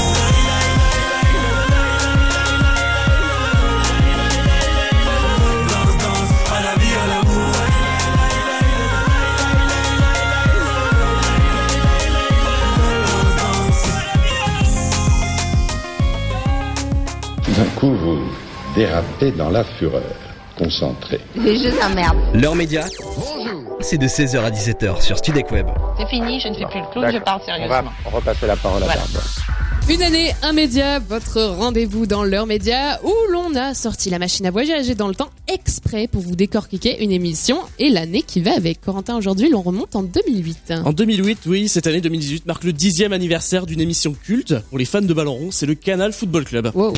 D'un coup, vous dérapez dans la fureur. Concentré. Les jeux d'emmerde. L'heure média, c'est de 16h à 17h sur Studek Web. C'est fini, je ne fais plus le clown, je parle sérieusement. On va repasser la parole à Barbara. Une année, un média, votre rendez-vous dans l'heure média où l'on a sorti la machine à voyager dans le temps exprès pour vous décortiquer une émission et l'année qui va avec. Corentin, aujourd'hui, l'on remonte en 2008. En 2008, oui, cette année 2018 marque le 10e anniversaire d'une émission culte pour les fans de ballon rond, c'est le Canal Football Club. Wow.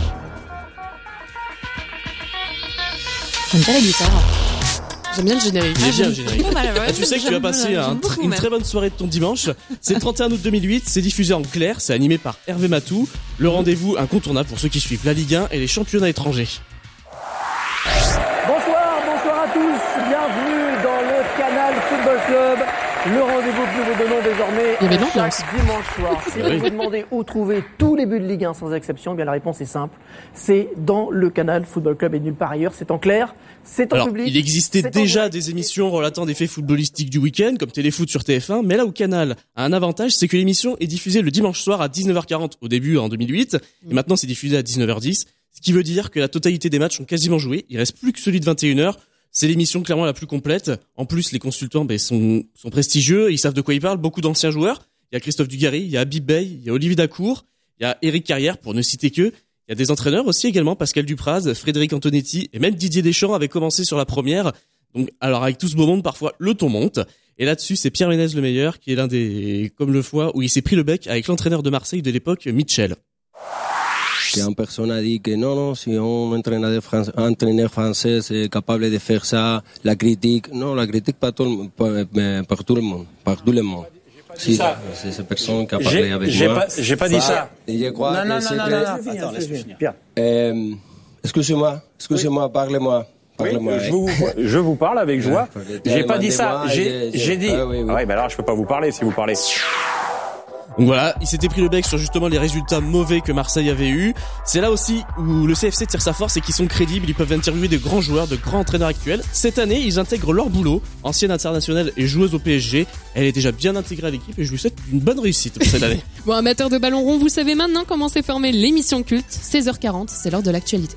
J'aime bien la guitare. J'aime bien le générique. J'aime bien le générique. Tu sais que tu vas passer une très bonne soirée de ton dimanche. C'est le 31 août 2008, c'est diffusé en clair, c'est animé par Hervé Matou. Le rendez-vous incontournable pour ceux qui suivent la Ligue 1 et les championnats étrangers. Bonsoir à tous, bienvenue dans le Canal Football Club. Le rendez-vous que nous vous donnons désormais chaque dimanche soir. Si vous vous demandez où trouver tous les buts de Ligue 1 sans exception, bien la réponse est simple. C'est dans le Canal Football Club et nulle part ailleurs. C'est en clair, c'est en public. Il existait déjà des émissions relatant des faits footballistiques du week-end, comme Téléfoot sur TF1, mais là où Canal a un avantage, c'est que l'émission est diffusée le dimanche soir à 19h40 au début en 2008, et maintenant c'est diffusé à 19h10, ce qui veut dire que la totalité des matchs sont quasiment joués. Il reste plus que celui de 21h. C'est l'émission clairement la plus complète. En plus, les consultants sont prestigieux, ils savent de quoi ils parlent. Beaucoup d'anciens joueurs. Il y a Christophe Dugarry, il y a Habib Bey, il y a Olivier Dacour, il y a Éric Carrière, pour ne citer que. Il y a des entraîneurs aussi également, Pascal Dupraz, Frédéric Antonetti et même Didier Deschamps avaient commencé sur la première. Donc, alors avec tout ce beau monde, parfois le ton monte. Et là-dessus, c'est Pierre Ménez le meilleur, qui est l'un des, comme le fois où il s'est pris le bec avec l'entraîneur de Marseille de l'époque, Mitchell. Qu'une personne a dit que non, si un entraîneur français est capable de faire ça, la critique par tout le monde, par tout le monde. Si, c'est cette personne qui a parlé avec moi. J'ai pas dit ça. Je crois non. Attends, laisse-moi finir. Excusez-moi, parlez-moi. Oui, je vous parle avec joie. J'ai pas dit ça. J'ai dit. Ah oui, mais alors je peux pas vous parler si vous parlez. Donc voilà, il s'était pris le bec sur justement les résultats mauvais que Marseille avait eu. C'est là aussi où le CFC tire sa force et qu'ils sont crédibles, ils peuvent interviewer de grands joueurs, de grands entraîneurs actuels. Cette année, ils intègrent Laure Boulot, ancienne internationale et joueuse au PSG. Elle est déjà bien intégrée à l'équipe et je lui souhaite une bonne réussite pour cette année. Bon, amateurs de ballon rond, vous savez maintenant comment s'est formée l'émission culte. 16h40, c'est l'heure de l'actualité.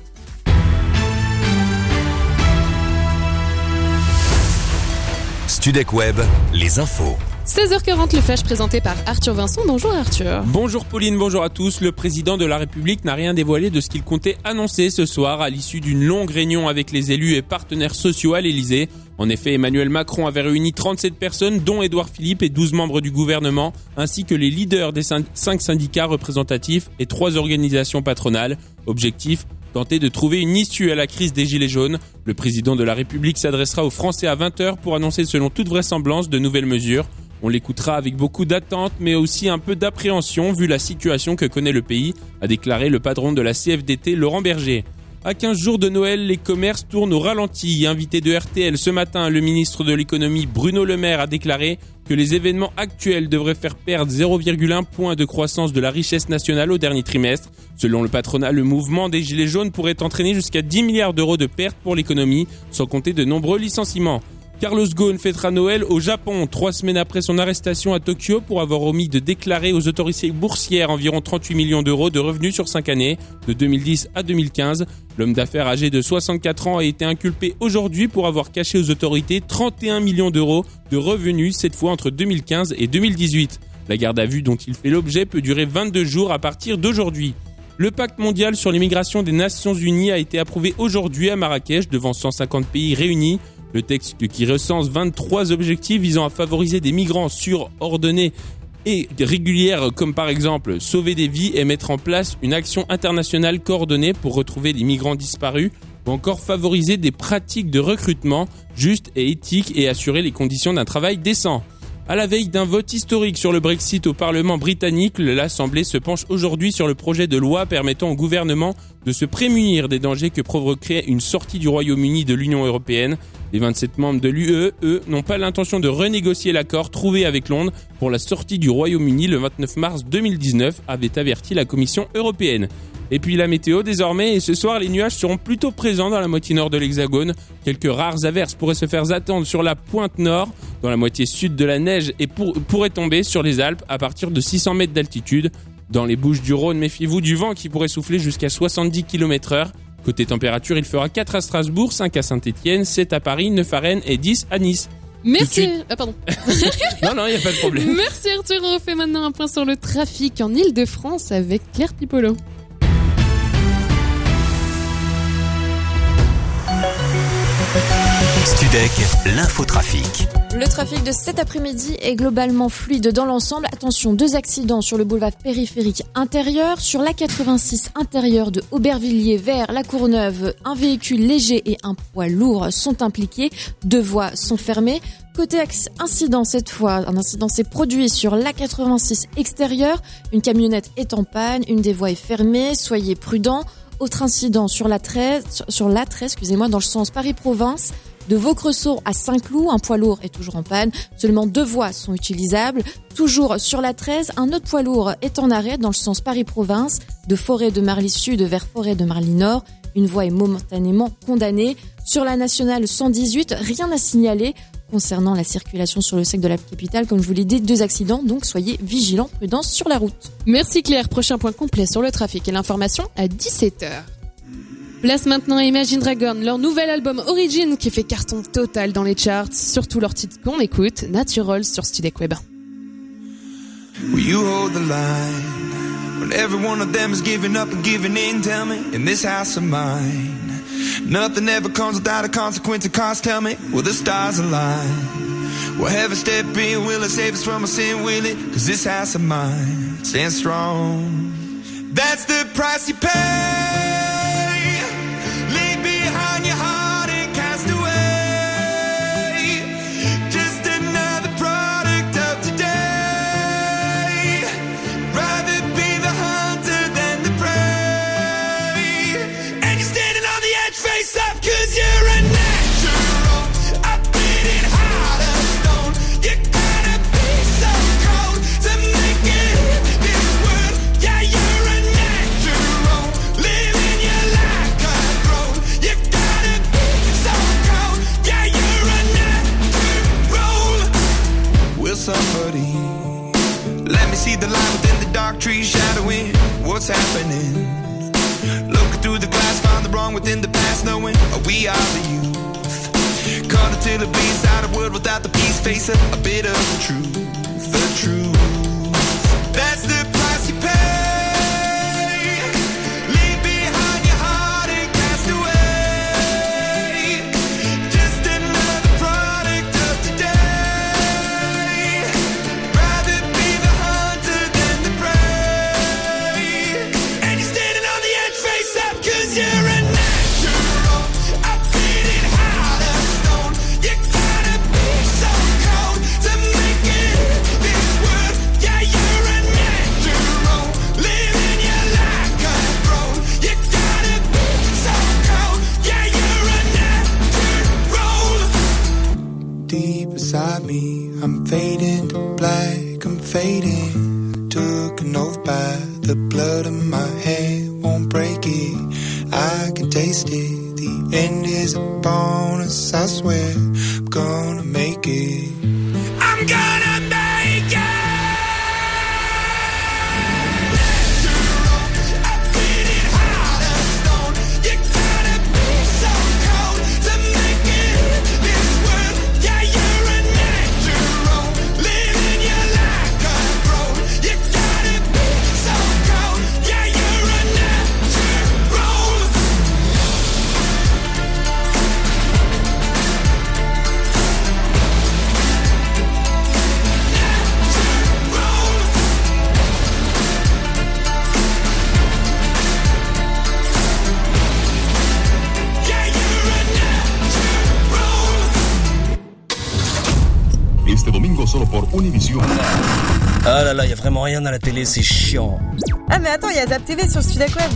Studek Web, les infos. 16h40, le flash présenté par Arthur Vincent. Bonjour Arthur. Bonjour Pauline, bonjour à tous. Le président de la République n'a rien dévoilé de ce qu'il comptait annoncer ce soir à l'issue d'une longue réunion avec les élus et partenaires sociaux à l'Elysée. En effet, Emmanuel Macron avait réuni 37 personnes, dont Édouard Philippe et 12 membres du gouvernement, ainsi que les leaders des 5 syndicats représentatifs et 3 organisations patronales. Objectif, tenter de trouver une issue à la crise des Gilets jaunes. Le président de la République s'adressera aux Français à 20h pour annoncer selon toute vraisemblance de nouvelles mesures. On l'écoutera avec beaucoup d'attente, mais aussi un peu d'appréhension vu la situation que connaît le pays, a déclaré le patron de la CFDT, Laurent Berger. À 15 jours de Noël, les commerces tournent au ralenti. Invité de RTL ce matin, le ministre de l'économie Bruno Le Maire a déclaré que les événements actuels devraient faire perdre 0,1 point de croissance de la richesse nationale au dernier trimestre. Selon le patronat, le mouvement des Gilets jaunes pourrait entraîner jusqu'à 10 milliards d'euros de pertes pour l'économie, sans compter de nombreux licenciements. Carlos Ghosn fêtera Noël au Japon, 3 semaines après son arrestation à Tokyo pour avoir omis de déclarer aux autorités boursières environ 38 millions d'euros de revenus sur 5 années, de 2010 à 2015. L'homme d'affaires âgé de 64 ans a été inculpé aujourd'hui pour avoir caché aux autorités 31 millions d'euros de revenus, cette fois entre 2015 et 2018. La garde à vue dont il fait l'objet peut durer 22 jours à partir d'aujourd'hui. Le pacte mondial sur l'immigration des Nations Unies a été approuvé aujourd'hui à Marrakech devant 150 pays réunis. Le texte qui recense 23 objectifs visant à favoriser des migrants sûrs, ordonnés et régulières comme par exemple sauver des vies et mettre en place une action internationale coordonnée pour retrouver des migrants disparus ou encore favoriser des pratiques de recrutement justes et éthiques et assurer les conditions d'un travail décent. À la veille d'un vote historique sur le Brexit au Parlement britannique, l'Assemblée se penche aujourd'hui sur le projet de loi permettant au gouvernement de se prémunir des dangers que provoquerait une sortie du Royaume-Uni de l'Union européenne. Les 27 membres de l'UE, eux, n'ont pas l'intention de renégocier l'accord trouvé avec Londres pour la sortie du Royaume-Uni le 29 mars 2019, avait averti la Commission européenne. Et puis la météo désormais, et ce soir les nuages seront plutôt présents dans la moitié nord de l'Hexagone. Quelques rares averses pourraient se faire attendre sur la pointe nord. Dans la moitié sud de la neige et pourrait tomber sur les Alpes à partir de 600 mètres d'altitude. Dans les Bouches-du-Rhône, méfiez-vous du vent qui pourrait souffler jusqu'à 70 km/h. Côté température, il fera 4 à Strasbourg, 5 à Saint-Étienne, 7 à Paris, 9 à Rennes et 10 à Nice. Merci. Ah pardon. Non, il n'y a pas de problème. Merci Arthur. On refait maintenant un point sur le trafic en Ile-de-France avec Claire Pipolo. Studec, l'infotrafic. Le trafic de cet après-midi est globalement fluide dans l'ensemble. Attention, 2 accidents sur le boulevard périphérique intérieur. Sur l'A86 intérieur de Aubervilliers vers La Courneuve, un véhicule léger et un poids lourd sont impliqués. 2 voies sont fermées. Côté incident, cette fois, un incident s'est produit sur l'A86 extérieur. Une camionnette est en panne, une des voies est fermée. Soyez prudents. Autre incident sur l'A13, dans le sens Paris-Province. De Vaucresson à Saint-Cloud, un poids lourd est toujours en panne. Seulement 2 voies sont utilisables. Toujours sur l'A13, un autre poids lourd est en arrêt dans le sens Paris-Province. De Forêt-de-Marly Sud vers Forêt-de-Marly Nord. Une voie est momentanément condamnée. Sur la nationale 118, rien à signaler concernant la circulation sur le secteur de la capitale. Comme je vous l'ai dit, 2 accidents, donc soyez vigilants, prudence sur la route. Merci Claire. Prochain point complet sur le trafic et l'information à 17h. Place maintenant à Imagine Dragon, leur nouvel album Origin qui fait carton total dans les charts, surtout leur titre qu'on écoute, Natural sur Studec Web. Will you hold the line when every one of them is giving up and giving in? Tell me, in this house of mine, nothing ever comes without a consequence of cost. Tell me, will the stars align? Will heaven step in? Will it save us from our sin? Will it? 'Cause this house of mine stands strong. That's the price you pay. Your heart and cast away. Just another product of today. Rather be the hunter than the prey. And you're standing on the edge, face up, 'cause you're a natural. I bleed it hard as stone. You gotta be so cold to make it in this world. Yeah, you're a natural. Living your life cutthroat. You somebody, let me see the light within the dark trees shadowing what's happening. Looking through the glass, find the wrong within the past, knowing we are the youth. Caught until the beast inside a world without the peace, face a bit of the truth. The truth. That's the price you pay. beside me. I'm fading to black, I'm fading. Took an oath by the blood of my hand, won't break it. I can taste it. The end is upon us, I swear. I'm gonna make it. I'm gonna make it. Este domingo solo por Univision. Ah là là, y a vraiment rien à la télé, c'est chiant. Ah mais attends, il y a Zap TV sur Studek Web.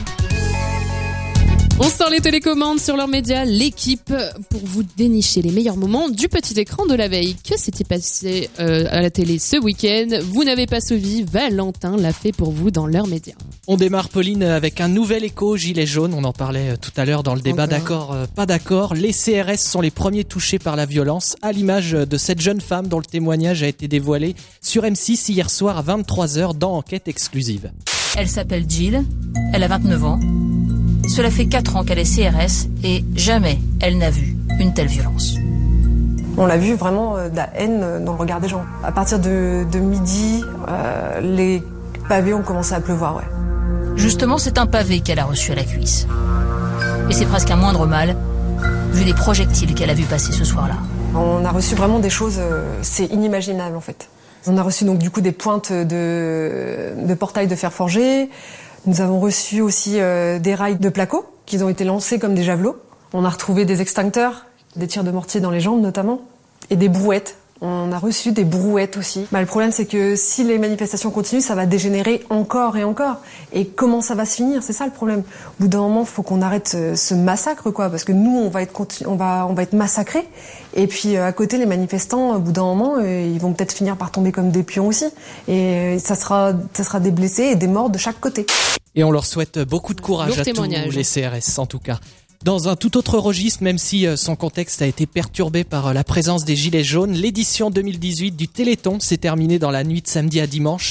On sort les télécommandes sur leurs médias, l'équipe, pour vous dénicher les meilleurs moments du petit écran de la veille. Que s'est-il passé à la télé ce week-end? Vous n'avez pas sauvé, Valentin l'a fait pour vous dans leurs médias. On démarre, Pauline, avec un nouvel écho gilet jaune. On en parlait tout à l'heure dans le débat. D'accord, pas d'accord. Les CRS sont les premiers touchés par la violence, à l'image de cette jeune femme dont le témoignage a été dévoilé sur M6 hier soir à 23h dans Enquête exclusive. Elle s'appelle Jill, elle a 29 ans. Cela fait 4 ans qu'elle est CRS et jamais elle n'a vu une telle violence. On l'a vu vraiment de la haine dans le regard des gens. À partir de midi, les pavés ont commencé à pleuvoir, ouais. Justement, c'est un pavé qu'elle a reçu à la cuisse. Et c'est presque un moindre mal, vu les projectiles qu'elle a vu passer ce soir-là. On a reçu vraiment des choses, c'est inimaginable en fait. On a reçu donc du coup des pointes de portails de fer forgé. Nous avons reçu aussi des rails de placo qui ont été lancés comme des javelots. On a retrouvé des extincteurs, des tirs de mortier dans les jambes notamment, et des brouettes. On a reçu des brouettes aussi. Le problème, c'est que si les manifestations continuent, ça va dégénérer encore et encore. Et comment ça va se finir? C'est ça le problème. Au bout d'un moment, il faut qu'on arrête ce massacre, quoi, parce que nous, on va être massacrés. Et puis à côté, les manifestants, au bout d'un moment, ils vont peut-être finir par tomber comme des pions aussi. Et ça sera des blessés et des morts de chaque côté. Et on leur souhaite beaucoup de courage à tous les CRS, en tout cas. Dans un tout autre registre, même si son contexte a été perturbé par la présence des Gilets jaunes, l'édition 2018 du Téléthon s'est terminée dans la nuit de samedi à dimanche.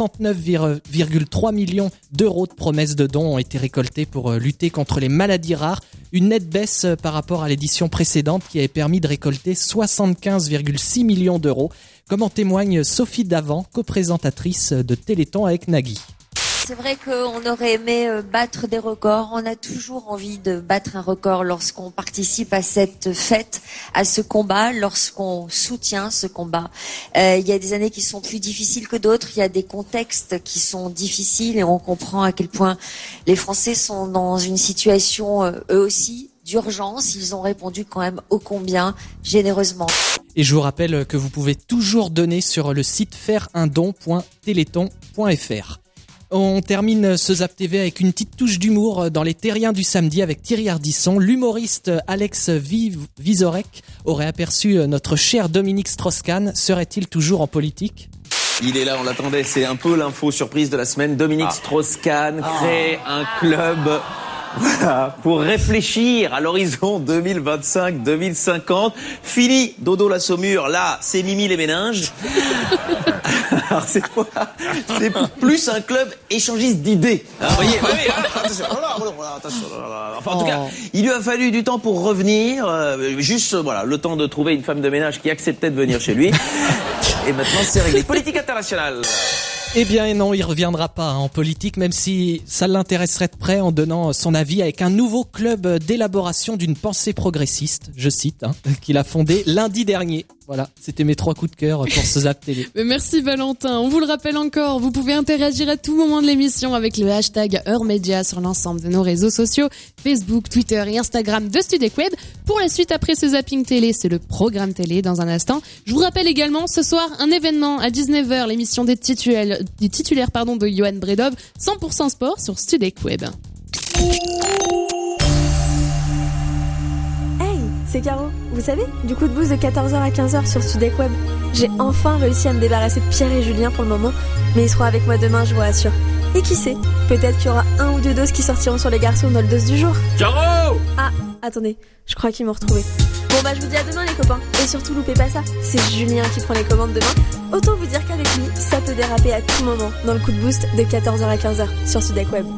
69,3 millions d'euros de promesses de dons ont été récoltés pour lutter contre les maladies rares. Une nette baisse par rapport à l'édition précédente qui avait permis de récolter 75,6 millions d'euros, comme en témoigne Sophie Davant, coprésentatrice de Téléthon avec Nagui. C'est vrai qu'on aurait aimé battre des records. On a toujours envie de battre un record lorsqu'on participe à cette fête, à ce combat, lorsqu'on soutient ce combat. Il y a des années qui sont plus difficiles que d'autres. Il y a des contextes qui sont difficiles et on comprend à quel point les Français sont dans une situation, eux aussi, d'urgence. Ils ont répondu quand même ô combien généreusement. Et je vous rappelle que vous pouvez toujours donner sur le site faireundon.téléthon.fr. On termine ce Zap TV avec une petite touche d'humour dans les Terriens du samedi avec Thierry Ardisson. L'humoriste Alex Vizorek aurait aperçu notre cher Dominique Strauss-Kahn. Serait-il toujours en politique ? Il est là, on l'attendait, c'est un peu l'info surprise de la semaine. Dominique Strauss-Kahn crée un club... Voilà, pour réfléchir à l'horizon 2025-2050. Fini Dodo la Saumure, là, c'est Mimi les méninges. Alors c'est quoi? C'est plus un club échangiste d'idées. Vous voyez, attention. Enfin, en tout cas, il lui a fallu du temps pour revenir. Juste, voilà, le temps de trouver une femme de ménage qui acceptait de venir chez lui. Et maintenant, c'est réglé. Politique internationale. Eh bien non, il reviendra pas en politique, même si ça l'intéresserait de près en donnant son avis avec un nouveau club d'élaboration d'une pensée progressiste, je cite, qu'il a fondé lundi dernier. Voilà, c'était mes 3 coups de cœur pour ce Zap Télé. Merci Valentin. On vous le rappelle encore, vous pouvez interagir à tout moment de l'émission avec le hashtag HeurMédia sur l'ensemble de nos réseaux sociaux, Facebook, Twitter et Instagram de Studek Web. Pour la suite, après ce zapping télé, c'est le programme télé dans un instant. Je vous rappelle également ce soir un événement à 19h, l'émission des titulaires de Johan Bredov, 100% sport sur Studek Web. Hey, c'est Caro. Vous savez, du coup de boost de 14h à 15h sur Studek Web. J'ai enfin réussi à me débarrasser de Pierre et Julien pour le moment, mais ils seront avec moi demain, je vous rassure. Et qui sait, peut-être qu'il y aura 1 ou 2 doses qui sortiront sur les garçons dans le dose du jour. Caro! Ah, attendez, je crois qu'ils m'ont retrouvé. Bon bah je vous dis à demain les copains. Et surtout loupez pas ça, c'est Julien qui prend les commandes demain. Autant vous dire qu'avec lui, ça peut déraper à tout moment dans le coup de boost de 14h à 15h sur Studek Web.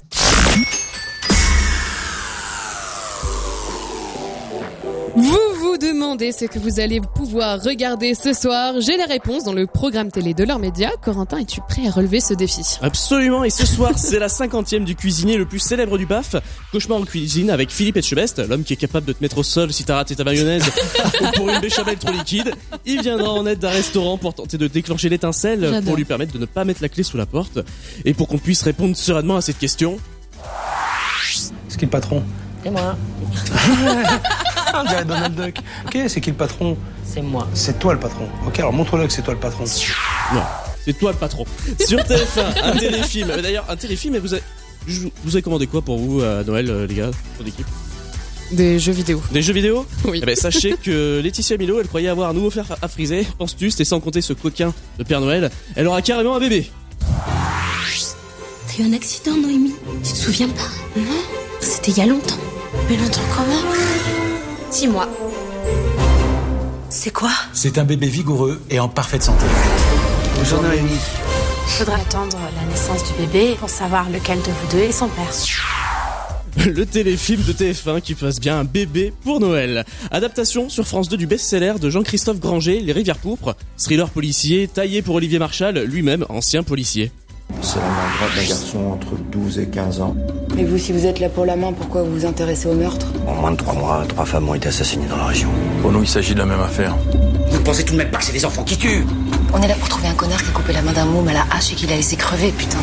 Vous demandez ce que vous allez pouvoir regarder ce soir. J'ai les réponses dans le programme télé de leurs médias. Corentin, es-tu prêt à relever ce défi? Absolument, et ce soir, c'est la 50e du cuisinier le plus célèbre du PAF. Cauchemar en cuisine avec Philippe Etchebest, l'homme qui est capable de te mettre au sol si t'as raté ta mayonnaise ou pour une béchamel trop liquide. Il viendra en aide d'un restaurant pour tenter de déclencher l'étincelle, pour lui permettre de ne pas mettre la clé sous la porte. Et pour qu'on puisse répondre sereinement à cette question... C'est qui le patron? C'est moi. On dirait Donald Duck. Ok, c'est qui le patron? C'est moi. C'est toi le patron. Ok, alors montre-le que c'est toi le patron. Non, c'est toi le patron. Sur TF1, un téléfilm. D'ailleurs, un téléfilm, et vous avez commandé quoi pour vous à Noël, les gars, pour l'équipe? Des jeux vidéo. Des jeux vidéo? Oui. Eh ben, sachez que Laetitia Milo, elle croyait avoir un nouveau fer à friser. Penses-tu, et sans compter ce coquin de Père Noël, elle aura carrément un bébé. T'as eu un accident, Noémie? Tu te souviens pas? Non, c'était il y a longtemps. Mais longtemps comment? 6 mois. C'est quoi? C'est un bébé vigoureux et en parfaite santé. Bonjour Noémie. Il faudra attendre la naissance du bébé pour savoir lequel de vous deux est son père. Le téléfilm de TF1 qui passe bien un bébé pour Noël. Adaptation sur France 2 du best-seller de Jean-Christophe Granger, Les Rivières Pourpres. Thriller policier taillé pour Olivier Marchal, lui-même ancien policier. C'est la main droite d'un garçon entre 12 et 15 ans. Mais vous, si vous êtes là pour la main, pourquoi vous vous intéressez au meurtre? En moins de 3 mois, 3 femmes ont été assassinées dans la région. Pour nous, il s'agit de la même affaire. Vous pensez tout de même pas que c'est des enfants qui tuent? On est là pour trouver un connard qui a coupé la main d'un môme à la hache et qui l'a laissé crever, putain.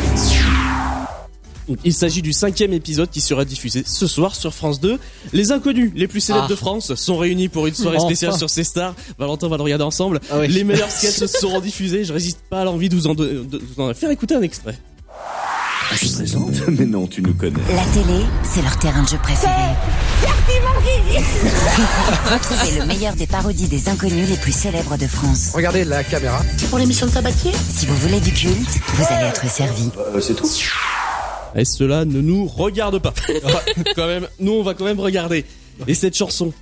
Il s'agit du 5e épisode qui sera diffusé ce soir sur France 2. Les inconnus les plus célèbres de France sont réunis pour une soirée spéciale sur ces stars. Valentin va le regarder ensemble. Ah oui. Les meilleurs sketchs seront diffusés. Je résiste pas à l'envie de vous en faire écouter un extrait. Je te présente? Mais non, tu nous connais. La télé, c'est leur terrain de jeu préféré. Retrouvez le meilleur des parodies des inconnus les plus célèbres de France. Regardez la caméra. Pour l'émission de Sabatier? Si vous voulez du culte, vous allez être servi. C'est tout. Et cela ne nous regarde pas. Quand même, nous on va quand même regarder. Et cette chanson.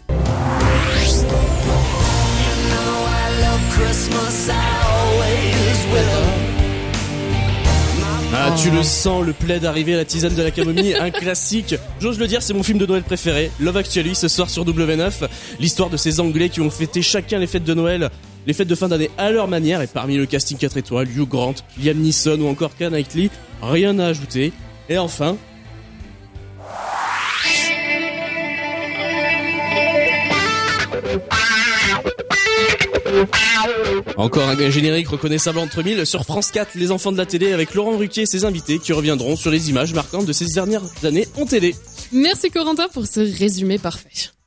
Ah, tu le sens, le plaid arrivé à la tisane de la camomille, un classique. J'ose le dire, c'est mon film de Noël préféré. Love Actually, ce soir sur W9. L'histoire de ces Anglais qui ont fêté chacun les fêtes de Noël, les fêtes de fin d'année à leur manière. Et parmi le casting 4 étoiles, Hugh Grant, Liam Neeson ou encore Keira Knightley, rien à ajouter. Et enfin... Encore un générique reconnaissable entre mille sur France 4, les enfants de la télé avec Laurent Ruquier et ses invités qui reviendront sur les images marquantes de ces dernières années en télé. Merci Corentin pour ce résumé parfait.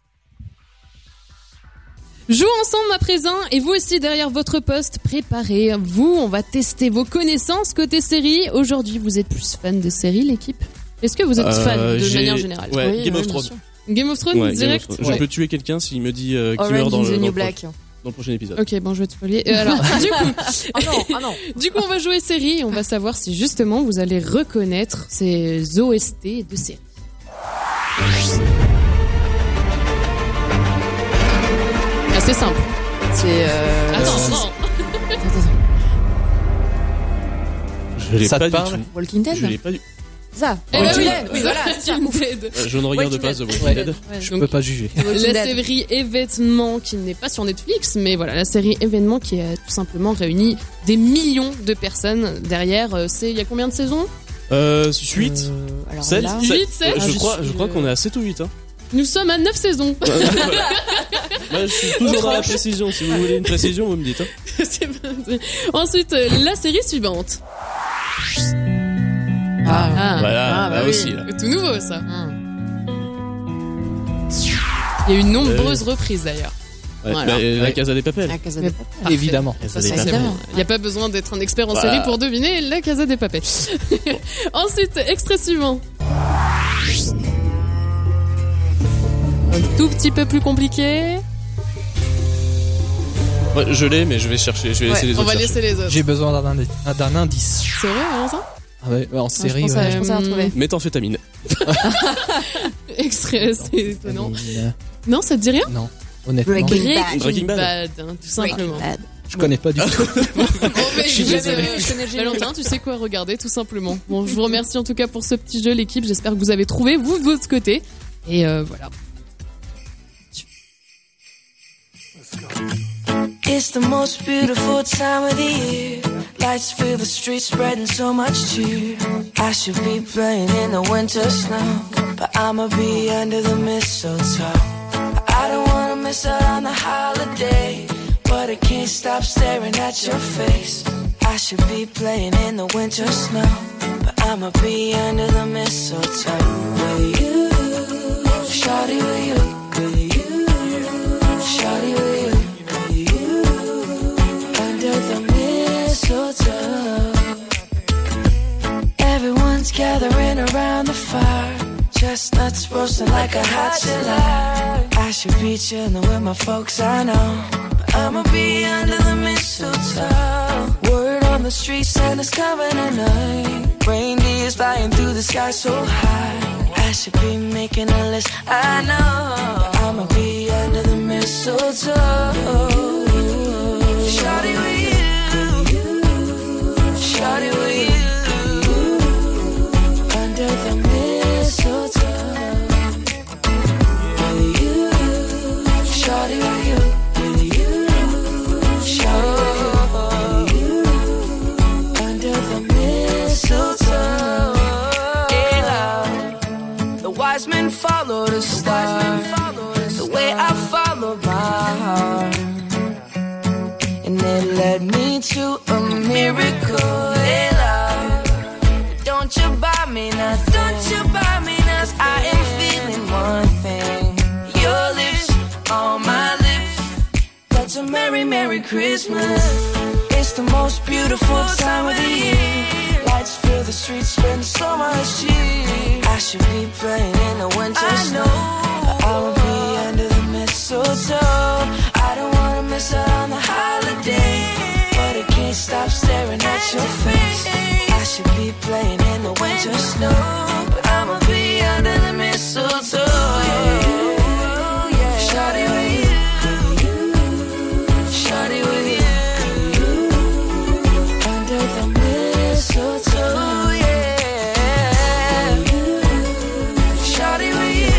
Jouons ensemble à présent et vous aussi derrière votre poste, préparez-vous, on va tester vos connaissances côté série. Aujourd'hui, vous êtes plus fan de séries, l'équipe? Est-ce que vous êtes fan de manière générale? Ouais, oui, Game of Thrones. Game of Thrones, direct? Game of Thrones. Je peux tuer quelqu'un s'il me dit qu'il meurt dans le prochain épisode. Ok, bon, je vais te spoiler. Alors, du coup, du coup, on va jouer série et on va savoir si justement vous allez reconnaître ces OST de séries. Assez simple. C'est Attends. Je l'ai pas du tout. Walking Dead. Je l'ai pas du tout. Ça. Oui, voilà, je ne regarde pas The Walking Dead. Je peux pas juger. La série Événement qui n'est pas sur Netflix, mais voilà, la série Événement qui a tout simplement réuni des millions de personnes derrière. Il y a combien de saisons 8 7 Je crois qu'on est à 7 ou 8 hein. Nous sommes à 9 saisons. Je suis toujours dans la précision. Si vous voulez une précision, vous me dites. Hein. Ensuite, la série suivante. Voilà, aussi. Là. Tout nouveau, ça. Il y a eu nombreuses reprises, d'ailleurs. Ouais, voilà. La Casa des Papel. La Casa des Papel. Évidemment. Il n'y a pas besoin d'être un expert en série pour deviner la Casa des Papel. Ensuite, extrait suivant. Un tout petit peu plus compliqué. Ouais, je l'ai, mais je vais chercher. Je vais laisser les autres. On va laisser les autres. J'ai besoin d'un indice. C'est vrai, vraiment ça? Ah ouais, en série, je pense à retrouver. Méthamphétamine. Extrait, c'est étonnant. Non, ça te dit rien? Non, honnêtement. Breaking Bad, hein, tout simplement. Je connais pas du tout. Je suis désolé. Valentin, tu sais quoi regarder, tout simplement. Bon, je vous remercie en tout cas pour ce petit jeu, l'équipe. J'espère que vous avez trouvé, vous, de votre côté. Et voilà. It's the most beautiful time of the year. Lights fill the streets, spreading so much cheer. I should be playing in the winter snow, but I'ma be under the mistletoe. I don't wanna miss out on the holiday, but I can't stop staring at your face. I should be playing in the winter snow, but I'ma be under the mistletoe. With you, shawty, with you, with you, shawty, with you. The mistletoe. Everyone's gathering around the fire, chestnuts roasting like a hot July. I should be chilling with my folks, I know, but I'ma be under the mistletoe. Word on the street saying it's coming tonight. Reindeers flying through the sky so high. I should be making a list, I know, but I'ma be under the mistletoe. Shawty with you, shawty with you, under the mistletoe. With you, shawty with you, shawty with you, under the mistletoe. Yeah, the wise men follow the star, the way I follow my heart. And it led me to a miracle, hey love. Don't you buy me nothing, don't you buy me nothing. 'Cause I am feeling one thing, your lips on my lips. That's a merry, merry Christmas. It's the most beautiful time of the year. Lights fill the streets, spend so much cheer. I should be playing in the winter snow, but I will be under the mistletoe. I don't wanna miss out on the holiday, but I can't stop staring at your face. I should be playing in the winter snow, but I'ma be under the mistletoe. Shawty with you, shawty with you, under the mistletoe, yeah. Shawty with you.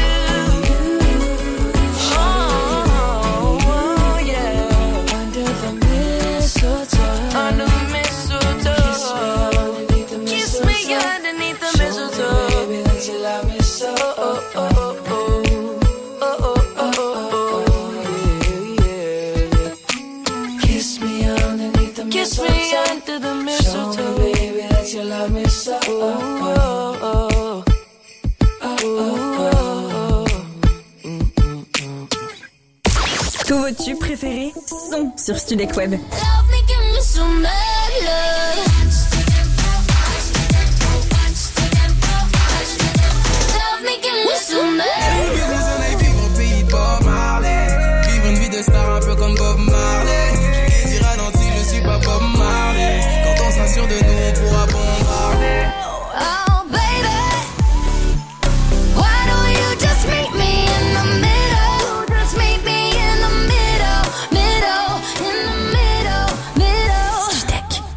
Under the mistletoe, kiss me underneath the mistletoe, baby, that you love me so. Oh, oh, oh, oh, oh, oh, oh, yeah. Kiss me underneath the mistletoe, kiss me under the mistletoe, show me, baby, that you love me so. Oh, oh, oh, oh, oh, Tous vos tubes préférés sont sur Studek Web. Love me, give me some mad love.